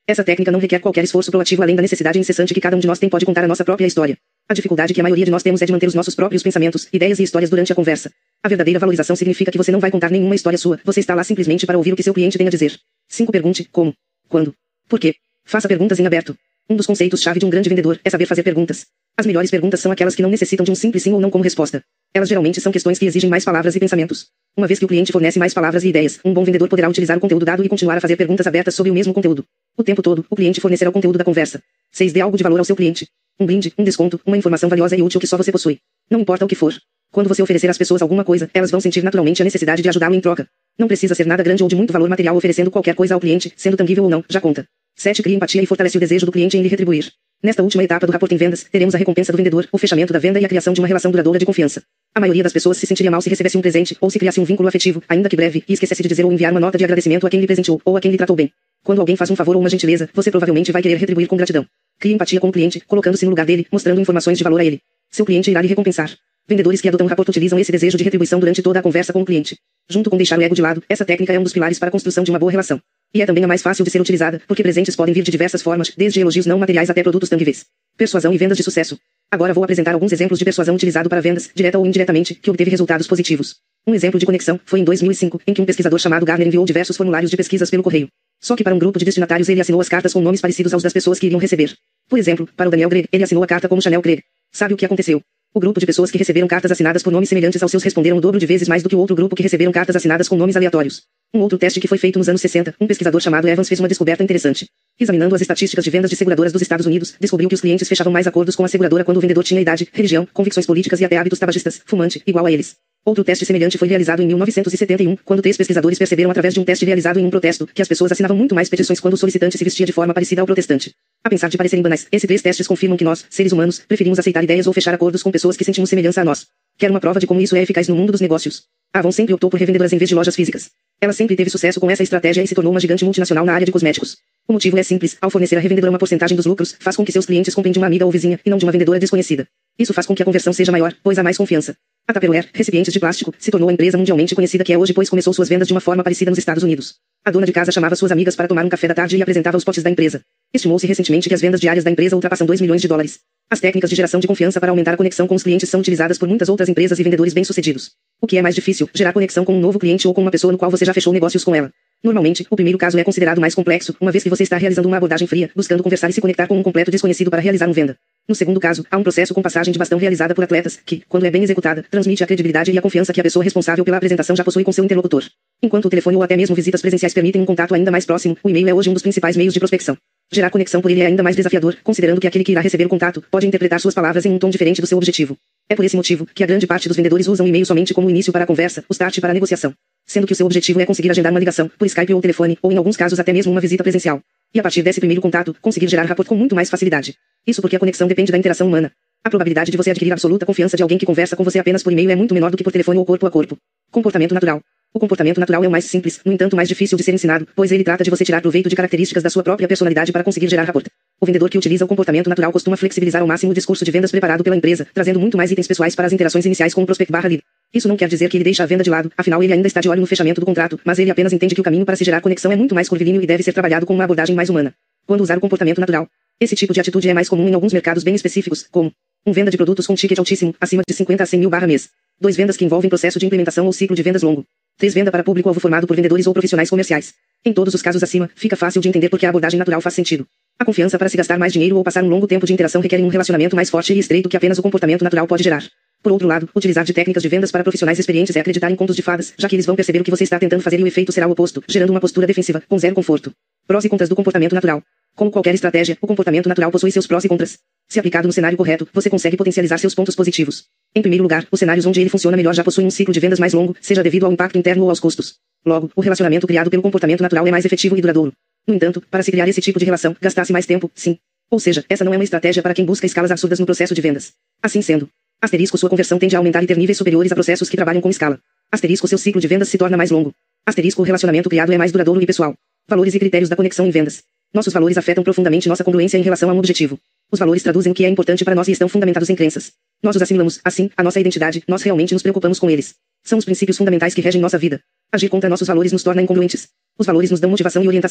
Speaker 1: Essa técnica não requer qualquer esforço proativo além da necessidade incessante que cada um de nós tem pode contar a nossa própria história. A dificuldade que a maioria de nós temos é de manter os nossos próprios pensamentos, ideias e histórias durante a conversa. A verdadeira valorização significa que você não vai contar nenhuma história sua, você está lá simplesmente para ouvir o que seu cliente tem a dizer. cinco Pergunte como, quando, por quê. Faça perguntas em aberto. Um dos conceitos-chave de um grande vendedor é saber fazer perguntas. As melhores perguntas são aquelas que não necessitam de um simples sim ou não como resposta. Elas geralmente são questões que exigem mais palavras e pensamentos. Uma vez que o cliente fornece mais palavras e ideias, um bom vendedor poderá utilizar o conteúdo dado e continuar a fazer perguntas abertas sobre o mesmo conteúdo. O tempo todo, o cliente fornecerá o conteúdo da conversa. seis Dê algo de valor ao seu cliente. Um brinde, um desconto, uma informação valiosa e útil que só você possui. Não importa o que for. Quando você oferecer às pessoas alguma coisa, elas vão sentir naturalmente a necessidade de ajudá-lo em troca. Não precisa ser nada grande ou de muito valor material oferecendo qualquer coisa ao cliente, sendo tangível ou não, já conta. sete Cria empatia e fortalece o desejo do cliente em lhe retribuir. Nesta última etapa do rapport em vendas, teremos a recompensa do vendedor, o fechamento da venda e a criação de uma relação duradoura de confiança. A maioria das pessoas se sentiria mal se recebesse um presente, ou se criasse um vínculo afetivo, ainda que breve, e esquecesse de dizer ou enviar uma nota de agradecimento a quem lhe presenteou, ou a quem lhe tratou bem. Quando alguém faz um favor ou uma gentileza, você provavelmente vai querer retribuir com gratidão. Crie empatia com o cliente, colocando-se no lugar dele, mostrando informações de valor a ele. Seu cliente irá lhe recompensar. Vendedores que adotam rapport utilizam esse desejo de retribuição durante toda a conversa com o cliente. Junto com deixar o ego de lado, essa técnica é um dos pilares para a construção de uma boa relação. E é também a mais fácil de ser utilizada, porque presentes podem vir de diversas formas, desde elogios não materiais até produtos tangíveis. Persuasão e vendas de sucesso. Agora vou apresentar alguns exemplos de persuasão utilizado para vendas, direta ou indiretamente, que obteve resultados positivos. Um exemplo de conexão foi em dois mil e cinco, em que um pesquisador chamado Gartner enviou diversos formulários de pesquisas pelo correio. Só que para um grupo de destinatários ele assinou as cartas com nomes parecidos aos das pessoas que iriam receber. Por exemplo, para o Daniel Craig, ele assinou a carta como Chanel Craig. Sabe o que aconteceu? O grupo de pessoas que receberam cartas assinadas por nomes semelhantes aos seus responderam o dobro de vezes mais do que o outro grupo que receberam cartas assinadas com nomes aleatórios. Um outro teste que foi feito nos anos sessenta, um pesquisador chamado Evans fez uma descoberta interessante. Examinando as estatísticas de vendas de seguradoras dos Estados Unidos, descobriu que os clientes fechavam mais acordos com a seguradora quando o vendedor tinha idade, religião, convicções políticas e até hábitos tabagistas, fumante, igual a eles. Outro teste semelhante foi realizado em mil novecentos e setenta e um, quando três pesquisadores perceberam através de um teste realizado em um protesto, que as pessoas assinavam muito mais petições quando o solicitante se vestia de forma parecida ao protestante. A pensar de parecerem banais, esses três testes confirmam que nós, seres humanos, preferimos aceitar ideias ou fechar acordos com pessoas que sentimos semelhança a nós. Quer uma prova de como isso é eficaz no mundo dos negócios? A Avon sempre optou por revendedoras em vez de lojas físicas. Ela sempre teve sucesso com essa estratégia e se tornou uma gigante multinacional na área de cosméticos. O motivo é simples, ao fornecer à revendedora uma porcentagem dos lucros, faz com que seus clientes comprem de uma amiga ou vizinha, e não de uma vendedora desconhecida. Isso faz com que a conversão seja maior, pois há mais confiança. A Tupperware, recipientes de plástico, se tornou a empresa mundialmente conhecida que é hoje pois começou suas vendas de uma forma parecida nos Estados Unidos. A dona de casa chamava suas amigas para tomar um café da tarde e apresentava os potes da empresa. Estimou-se recentemente que as vendas diárias da empresa ultrapassam dois milhões de dólares. As técnicas de geração de confiança para aumentar a conexão com os clientes são utilizadas por muitas outras empresas e vendedores bem-sucedidos. O que é mais difícil, gerar conexão com um novo cliente ou com uma pessoa no qual você já fechou negócios com ela? Normalmente, o primeiro caso é considerado mais complexo, uma vez que você está realizando uma abordagem fria, buscando conversar e se conectar com um completo desconhecido para realizar uma venda. No segundo caso, há um processo com passagem de bastão realizada por atletas, que, quando é bem executada, transmite a credibilidade e a confiança que a pessoa responsável pela apresentação já possui com seu interlocutor. Enquanto o telefone ou até mesmo visitas presenciais permitem um contato ainda mais próximo, o e-mail é hoje um dos principais meios de prospecção. Gerar conexão por ele é ainda mais desafiador, considerando que aquele que irá receber o contato pode interpretar suas palavras em um tom diferente do seu objetivo. É por esse motivo que a grande parte dos vendedores usam o e-mail somente como início para a conversa, o start para a negociação. Sendo que o seu objetivo é conseguir agendar uma ligação, por Skype ou telefone, ou em alguns casos até mesmo uma visita presencial. E a partir desse primeiro contato, conseguir gerar rapport com muito mais facilidade. Isso porque a conexão depende da interação humana. A probabilidade de você adquirir a absoluta confiança de alguém que conversa com você apenas por e-mail é muito menor do que por telefone ou corpo a corpo. Comportamento natural. O comportamento natural é o mais simples, no entanto mais difícil de ser ensinado, pois ele trata de você tirar proveito de características da sua própria personalidade para conseguir gerar rapport. O vendedor que utiliza o comportamento natural costuma flexibilizar ao máximo o discurso de vendas preparado pela empresa, trazendo muito mais itens pessoais para as interações iniciais com o prospect barra lead. Isso não quer dizer que ele deixa a venda de lado, afinal ele ainda está de olho no fechamento do contrato, mas ele apenas entende que o caminho para se gerar conexão é muito mais curvilíneo e deve ser trabalhado com uma abordagem mais humana. Quando usar o comportamento natural. Esse tipo de atitude é mais comum em alguns mercados bem específicos, como um venda de produtos com ticket altíssimo, acima de cinquenta a cem mil barra mês. dois Vendas que envolvem processo de implementação ou ciclo de vendas longo. três Venda para público-alvo formado por vendedores ou profissionais comerciais. Em todos os casos acima, fica fácil de entender porque a abordagem natural faz sentido. A confiança para se gastar mais dinheiro ou passar um longo tempo de interação requerem um relacionamento mais forte e estreito que apenas o comportamento natural pode gerar. Por outro lado, utilizar de técnicas de vendas para profissionais experientes é acreditar em contos de fadas, já que eles vão perceber o que você está tentando fazer e o efeito será o oposto, gerando uma postura defensiva, com zero conforto. Prós e contras do comportamento natural. Como qualquer estratégia, o comportamento natural possui seus prós e contras. Se aplicado no cenário correto, você consegue potencializar seus pontos positivos. Em primeiro lugar, os cenários onde ele funciona melhor já possuem um ciclo de vendas mais longo, seja devido ao impacto interno ou aos custos. Logo, o relacionamento criado pelo comportamento natural é mais efetivo e duradouro. No entanto, para se criar esse tipo de relação, gastasse mais tempo, sim. Ou seja, essa não é uma estratégia para quem busca escalas absurdas no processo de vendas. Assim sendo, asterisco sua conversão tende a aumentar e ter níveis superiores a processos que trabalham com escala. Asterisco seu ciclo de vendas se torna mais longo. Asterisco o relacionamento criado é mais duradouro e pessoal. Valores e critérios da conexão em vendas. Nossos valores afetam profundamente nossa congruência em relação a um objetivo. Os valores traduzem o que é importante para nós e estão fundamentados em crenças. Nós os assimilamos, assim, a nossa identidade, nós realmente nos preocupamos com eles. São os princípios fundamentais que regem nossa vida. Agir contra nossos valores nos torna incongruentes. Os valores nos dão motivação e orientação.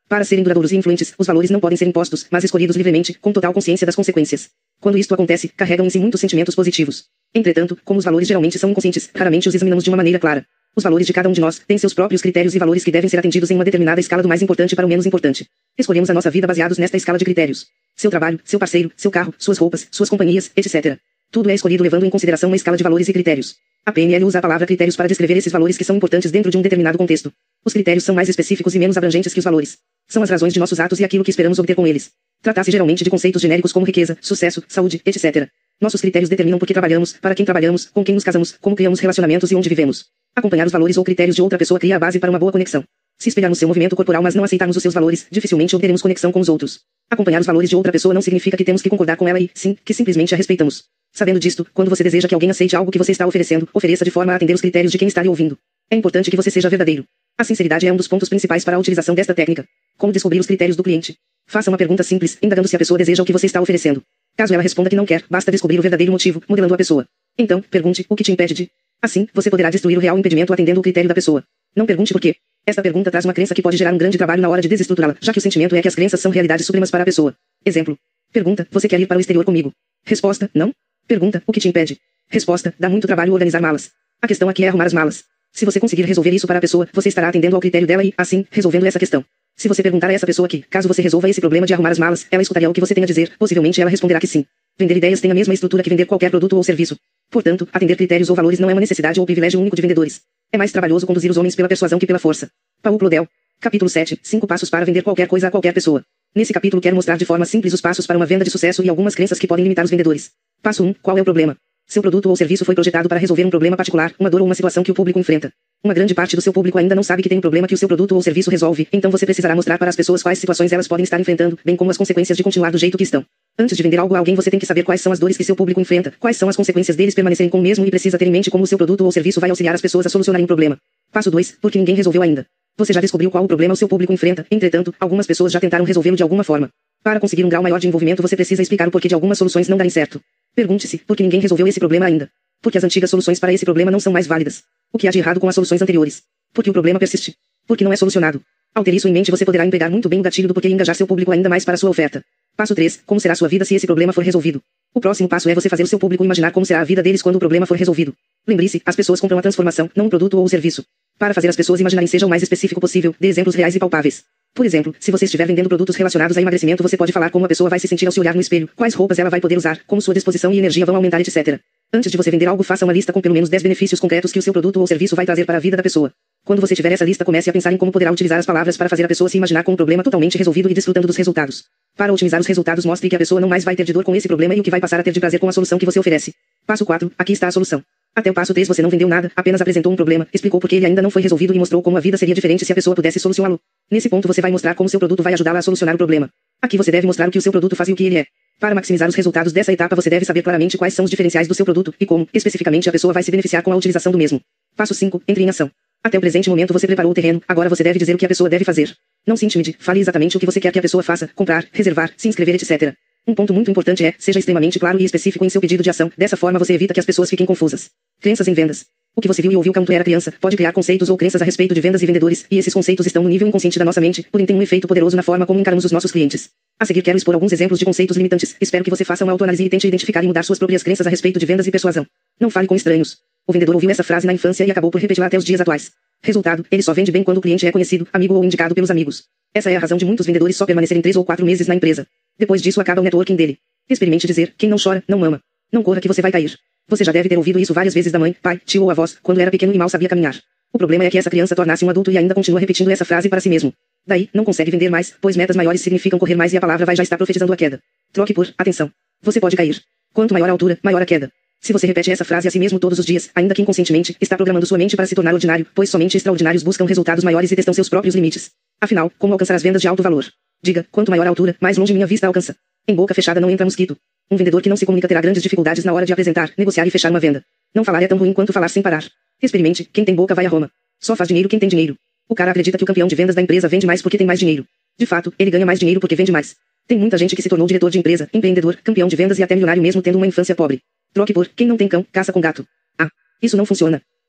Speaker 1: Para serem duradouros e influentes, os valores não podem ser impostos, mas escolhidos livremente, com total consciência das consequências. Quando isto acontece, carregam em si muitos sentimentos positivos. Entretanto, como os valores geralmente são inconscientes, raramente os examinamos de uma maneira clara. Os valores de cada um de nós têm seus próprios critérios e valores que devem ser atendidos em uma determinada escala do mais importante para o menos importante. Escolhemos a nossa vida baseados nesta escala de critérios. Seu trabalho, seu parceiro, seu carro, suas roupas, suas companhias, etcétera. Tudo é escolhido levando em consideração uma escala de valores e critérios. A P N L usa a palavra critérios para descrever esses valores que são importantes dentro de um determinado contexto. Os critérios são mais específicos e menos abrangentes que os valores. São as razões de nossos atos e aquilo que esperamos obter com eles. Trata-se geralmente de conceitos genéricos como riqueza, sucesso, saúde, etcétera. Nossos critérios determinam por que trabalhamos, para quem trabalhamos, com quem nos casamos, como criamos relacionamentos e onde vivemos. Acompanhar os valores ou critérios de outra pessoa cria a base para uma boa conexão. Se espelharmos seu movimento corporal mas não aceitarmos os seus valores, dificilmente obteremos conexão com os outros. Acompanhar os valores de outra pessoa não significa que temos que concordar com ela e, sim, que simplesmente a respeitamos. Sabendo disto, quando você deseja que alguém aceite algo que você está oferecendo, ofereça de forma a atender os critérios de quem está lhe ouvindo. É importante que você seja verdadeiro. A sinceridade é um dos pontos principais para a utilização desta técnica. Como descobrir os critérios do cliente? Faça uma pergunta simples, indagando se a pessoa deseja o que você está oferecendo. Caso ela responda que não quer, basta descobrir o verdadeiro motivo, modelando a pessoa. Então, pergunte, o que te impede de... Assim, você poderá destruir o real impedimento atendendo o critério da pessoa. Não pergunte por quê. Esta pergunta traz uma crença que pode gerar um grande trabalho na hora de desestruturá-la, já que o sentimento é que as crenças são realidades supremas para a pessoa. Exemplo. Pergunta, você quer ir para o exterior comigo? Resposta, não. Pergunta, o que te impede? Resposta, dá muito trabalho organizar malas. A questão aqui é arrumar as malas. Se você conseguir resolver isso para a pessoa, você estará atendendo ao critério dela e, assim, resolvendo essa questão. Se você perguntar a essa pessoa que, caso você resolva esse problema de arrumar as malas, ela escutaria o que você tem a dizer, possivelmente ela responderá que sim. Vender ideias tem a mesma estrutura que vender qualquer produto ou serviço. Portanto, atender critérios ou valores não é uma necessidade ou privilégio único de vendedores. É mais trabalhoso conduzir os homens pela persuasão que pela força. Paulo Claudel. Capítulo sete. cinco passos para vender qualquer coisa a qualquer pessoa. Nesse capítulo quero mostrar de forma simples os passos para uma venda de sucesso e algumas crenças que podem limitar os vendedores. Passo um. Qual é o problema? Seu produto ou serviço foi projetado para resolver um problema particular, uma dor ou uma situação que o público enfrenta. Uma grande parte do seu público ainda não sabe que tem um problema que o seu produto ou serviço resolve, então você precisará mostrar para as pessoas quais situações elas podem estar enfrentando, bem como as consequências de continuar do jeito que estão. Antes de vender algo a alguém você tem que saber quais são as dores que seu público enfrenta, quais são as consequências deles permanecerem com o mesmo e precisa ter em mente como o seu produto ou serviço vai auxiliar as pessoas a solucionarem o problema. Passo dois. Porque ninguém resolveu ainda. Você já descobriu qual o problema o seu público enfrenta, entretanto, algumas pessoas já tentaram resolvê-lo de alguma forma. Para conseguir um grau maior de envolvimento você precisa explicar o porquê de algumas soluções não darem certo. Pergunte-se, por que ninguém resolveu esse problema ainda? Porque as antigas soluções para esse problema não são mais válidas. O que há de errado com as soluções anteriores? Porque o problema persiste. Porque não é solucionado. Ao ter isso em mente você poderá empregar muito bem o gatilho do porquê e engajar seu público ainda mais para sua oferta. Passo três. Como será sua vida se esse problema for resolvido? O próximo passo é você fazer o seu público imaginar como será a vida deles quando o problema for resolvido. Lembre-se, as pessoas compram a transformação, não um produto ou um serviço. Para fazer as pessoas imaginarem seja o mais específico possível, dê exemplos reais e palpáveis. Por exemplo, se você estiver vendendo produtos relacionados a emagrecimento você pode falar como a pessoa vai se sentir ao se olhar no espelho, quais roupas ela vai poder usar, como sua disposição e energia vão aumentar, etcétera. Antes de você vender algo faça uma lista com pelo menos dez benefícios concretos que o seu produto ou serviço vai trazer para a vida da pessoa. Quando você tiver essa lista comece a pensar em como poderá utilizar as palavras para fazer a pessoa se imaginar com um problema totalmente resolvido e desfrutando dos resultados. Para otimizar os resultados mostre que a pessoa não mais vai ter de dor com esse problema e o que vai passar a ter de prazer com a solução que você oferece. Passo quatro. Aqui está a solução. Até o passo três você não vendeu nada, apenas apresentou um problema, explicou por que ele ainda não foi resolvido e mostrou como a vida seria diferente se a pessoa pudesse solucioná-lo. Nesse ponto você vai mostrar como seu produto vai ajudá-la a solucionar o problema. Aqui você deve mostrar o que o seu produto faz e o que ele é. Para maximizar os resultados dessa etapa você deve saber claramente quais são os diferenciais do seu produto e como, especificamente, a pessoa vai se beneficiar com a utilização do mesmo. Passo cinco. Entre em ação. Até o presente momento você preparou o terreno, agora você deve dizer o que a pessoa deve fazer. Não se intimide, fale exatamente o que você quer que a pessoa faça, comprar, reservar, se inscrever, etcétera. Um ponto muito importante é, seja extremamente claro e específico em seu pedido de ação, dessa forma você evita que as pessoas fiquem confusas. Crenças em vendas. O que você viu e ouviu quando era criança, pode criar conceitos ou crenças a respeito de vendas e vendedores, e esses conceitos estão no nível inconsciente da nossa mente, porém têm um efeito poderoso na forma como encaramos os nossos clientes. A seguir quero expor alguns exemplos de conceitos limitantes, espero que você faça uma autoanálise e tente identificar e mudar suas próprias crenças a respeito de vendas e persuasão. Não fale com estranhos. O vendedor ouviu essa frase na infância e acabou por repeti-la até os dias atuais. Resultado, ele só vende bem quando o cliente é conhecido, amigo ou indicado pelos amigos. Essa é a razão de muitos vendedores só permanecerem três ou quatro meses na empresa. Depois disso acaba o networking dele. Experimente dizer, quem não chora, não mama. Não corra que você vai cair. Você já deve ter ouvido isso várias vezes da mãe, pai, tio ou avós, quando era pequeno e mal sabia caminhar. O problema é que essa criança torna-se um adulto e ainda continua repetindo essa frase para si mesmo. Daí, não consegue vender mais, pois metas maiores significam correr mais e a palavra vai já estar profetizando a queda. Troque por, atenção. Você pode cair. Quanto maior a altura, maior a queda. Se você repete essa frase a si mesmo todos os dias, ainda que inconscientemente, está programando sua mente para se tornar ordinário, pois somente extraordinários buscam resultados maiores e testam seus próprios limites. Afinal, como alcançar as vendas de alto valor? Diga, quanto maior a altura, mais longe minha vista alcança. Em boca fechada não entra mosquito. Um vendedor que não se comunica terá grandes dificuldades na hora de apresentar, negociar e fechar uma venda. Não falar é tão ruim quanto falar sem parar. Experimente, quem tem boca vai a Roma. Só faz dinheiro quem tem dinheiro. O cara acredita que o campeão de vendas da empresa vende mais porque tem mais dinheiro. De fato, ele ganha mais dinheiro porque vende mais. Tem muita gente que se tornou diretor de empresa, empreendedor, campeão de vendas e até milionário mesmo tendo uma infância pobre. Troque por, quem não tem cão, caça com gato. Ah, isso não funciona.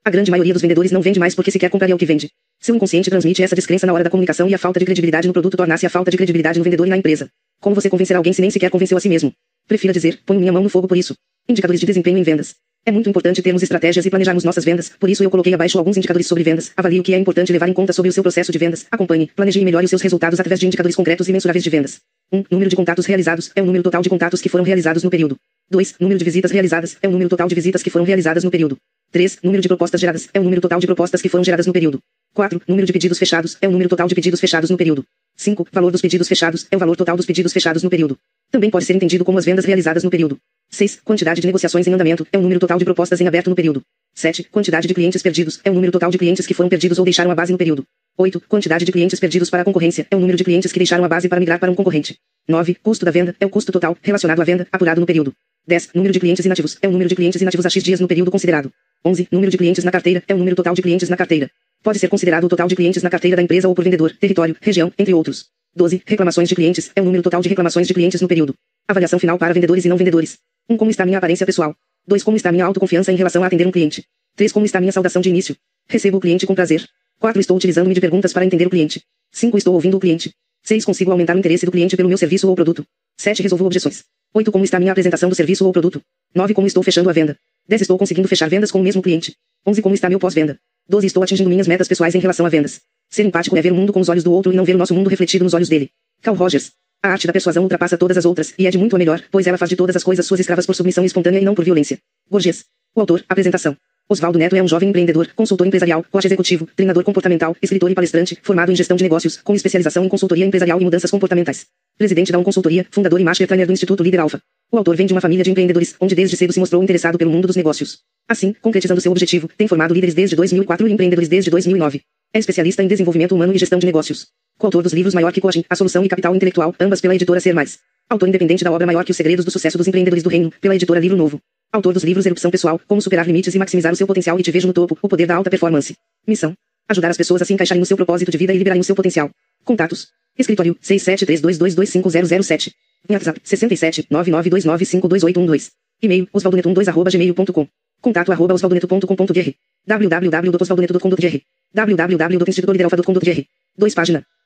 Speaker 1: A grande maioria dos vendedores não vende mais porque sequer compraria o que vende. Seu inconsciente transmite essa descrença na hora da comunicação e a falta de credibilidade no produto torna-se a falta de credibilidade no vendedor e na empresa. Como você convencer alguém se nem sequer convenceu a si mesmo? Prefira dizer, ponho minha mão no fogo por isso. Indicadores de desempenho em vendas. É muito importante termos estratégias e planejarmos nossas vendas, por isso eu coloquei abaixo alguns indicadores sobre vendas. Avalie o que é importante levar em conta sobre o seu processo de vendas. Acompanhe, planeje e melhore os seus resultados através de indicadores concretos e mensuráveis de vendas. um. Número de contatos realizados é o número total de contatos que foram realizados no período. dois. Número de visitas realizadas é o número total de visitas que foram realizadas no período. três. Número de propostas geradas é o número total de propostas que foram geradas no período. quatro. Número de pedidos fechados é o número total de pedidos fechados no período. cinco. Valor dos pedidos fechados é o valor total dos pedidos fechados no período. Também pode ser entendido como as vendas realizadas no período. seis. Quantidade de negociações em andamento é o número total de propostas em aberto no período. sete. Quantidade de clientes perdidos é o número total de clientes que foram perdidos ou deixaram a base no período. oito. Quantidade de clientes perdidos para a concorrência é o número de clientes que deixaram a base para migrar para um concorrente. nove. Custo da venda é o custo total relacionado à venda apurado no período. dez. Número de clientes inativos é o número de clientes inativos a X dias no período considerado. onze. Número de clientes na carteira é o número total de clientes na carteira. Pode ser considerado o total de clientes na carteira da empresa ou por vendedor, território, região, entre outros. doze. Reclamações de clientes é o número total de reclamações de clientes no período. Avaliação final para vendedores e não vendedores. um. Como está minha aparência pessoal? dois. Como está minha autoconfiança em relação a atender um cliente? três. Como está minha saudação de início? Recebo o cliente com prazer. quatro. Estou utilizando-me de perguntas para entender o cliente. cinco. Estou ouvindo o cliente. seis. Consigo aumentar o interesse do cliente pelo meu serviço ou produto. sete. Resolvo objeções. oito. Como está minha apresentação do serviço ou produto? nove. Como estou fechando a venda? dez. Estou conseguindo fechar vendas com o mesmo cliente. onze. Como está meu pós-venda? doze. Estou atingindo minhas metas pessoais em relação a vendas. Ser empático é ver o mundo com os olhos do outro e não ver o nosso mundo refletido nos olhos dele. Carl Rogers. A arte da persuasão ultrapassa todas as outras, e é de muito a melhor, pois ela faz de todas as coisas suas escravas por submissão espontânea e não por violência. Borges. O autor, apresentação. Oswaldo Neto é um jovem empreendedor, consultor empresarial, coach executivo, treinador comportamental, escritor e palestrante, formado em gestão de negócios, com especialização em consultoria empresarial e mudanças comportamentais. Presidente da Um Consultoria, fundador e master trainer do Instituto Líder Alpha. O autor vem de uma família de empreendedores, onde desde cedo se mostrou interessado pelo mundo dos negócios. Assim, concretizando seu objetivo, tem formado líderes desde dois mil e quatro e empreendedores desde dois mil e nove. É especialista em desenvolvimento humano e gestão de negócios. Coautor dos livros Maior que Coaching, A Solução e Capital Intelectual, ambas pela editora Ser Mais. Autor independente da obra Maior que os Segredos do Sucesso dos Empreendedores do Reino, pela editora Livro Novo. Autor dos livros Erupção Pessoal, Como Superar Limites e Maximizar o Seu Potencial e Te Vejo no Topo, O Poder da Alta Performance. Missão: ajudar as pessoas a se encaixarem no seu propósito de vida e liberarem o seu potencial. Contatos: escritório seis sete três dois dois dois cinco zero zero sete. WhatsApp seis sete nove nove dois nove cinco dois oito um dois. E-mail osvaldoneto um dois arroba gmail ponto com. Contato arroba osvaldoneto ponto com ponto br. www ponto osvaldoneto ponto com ponto br. www ponto instituto lider alpha ponto com ponto br. dois página.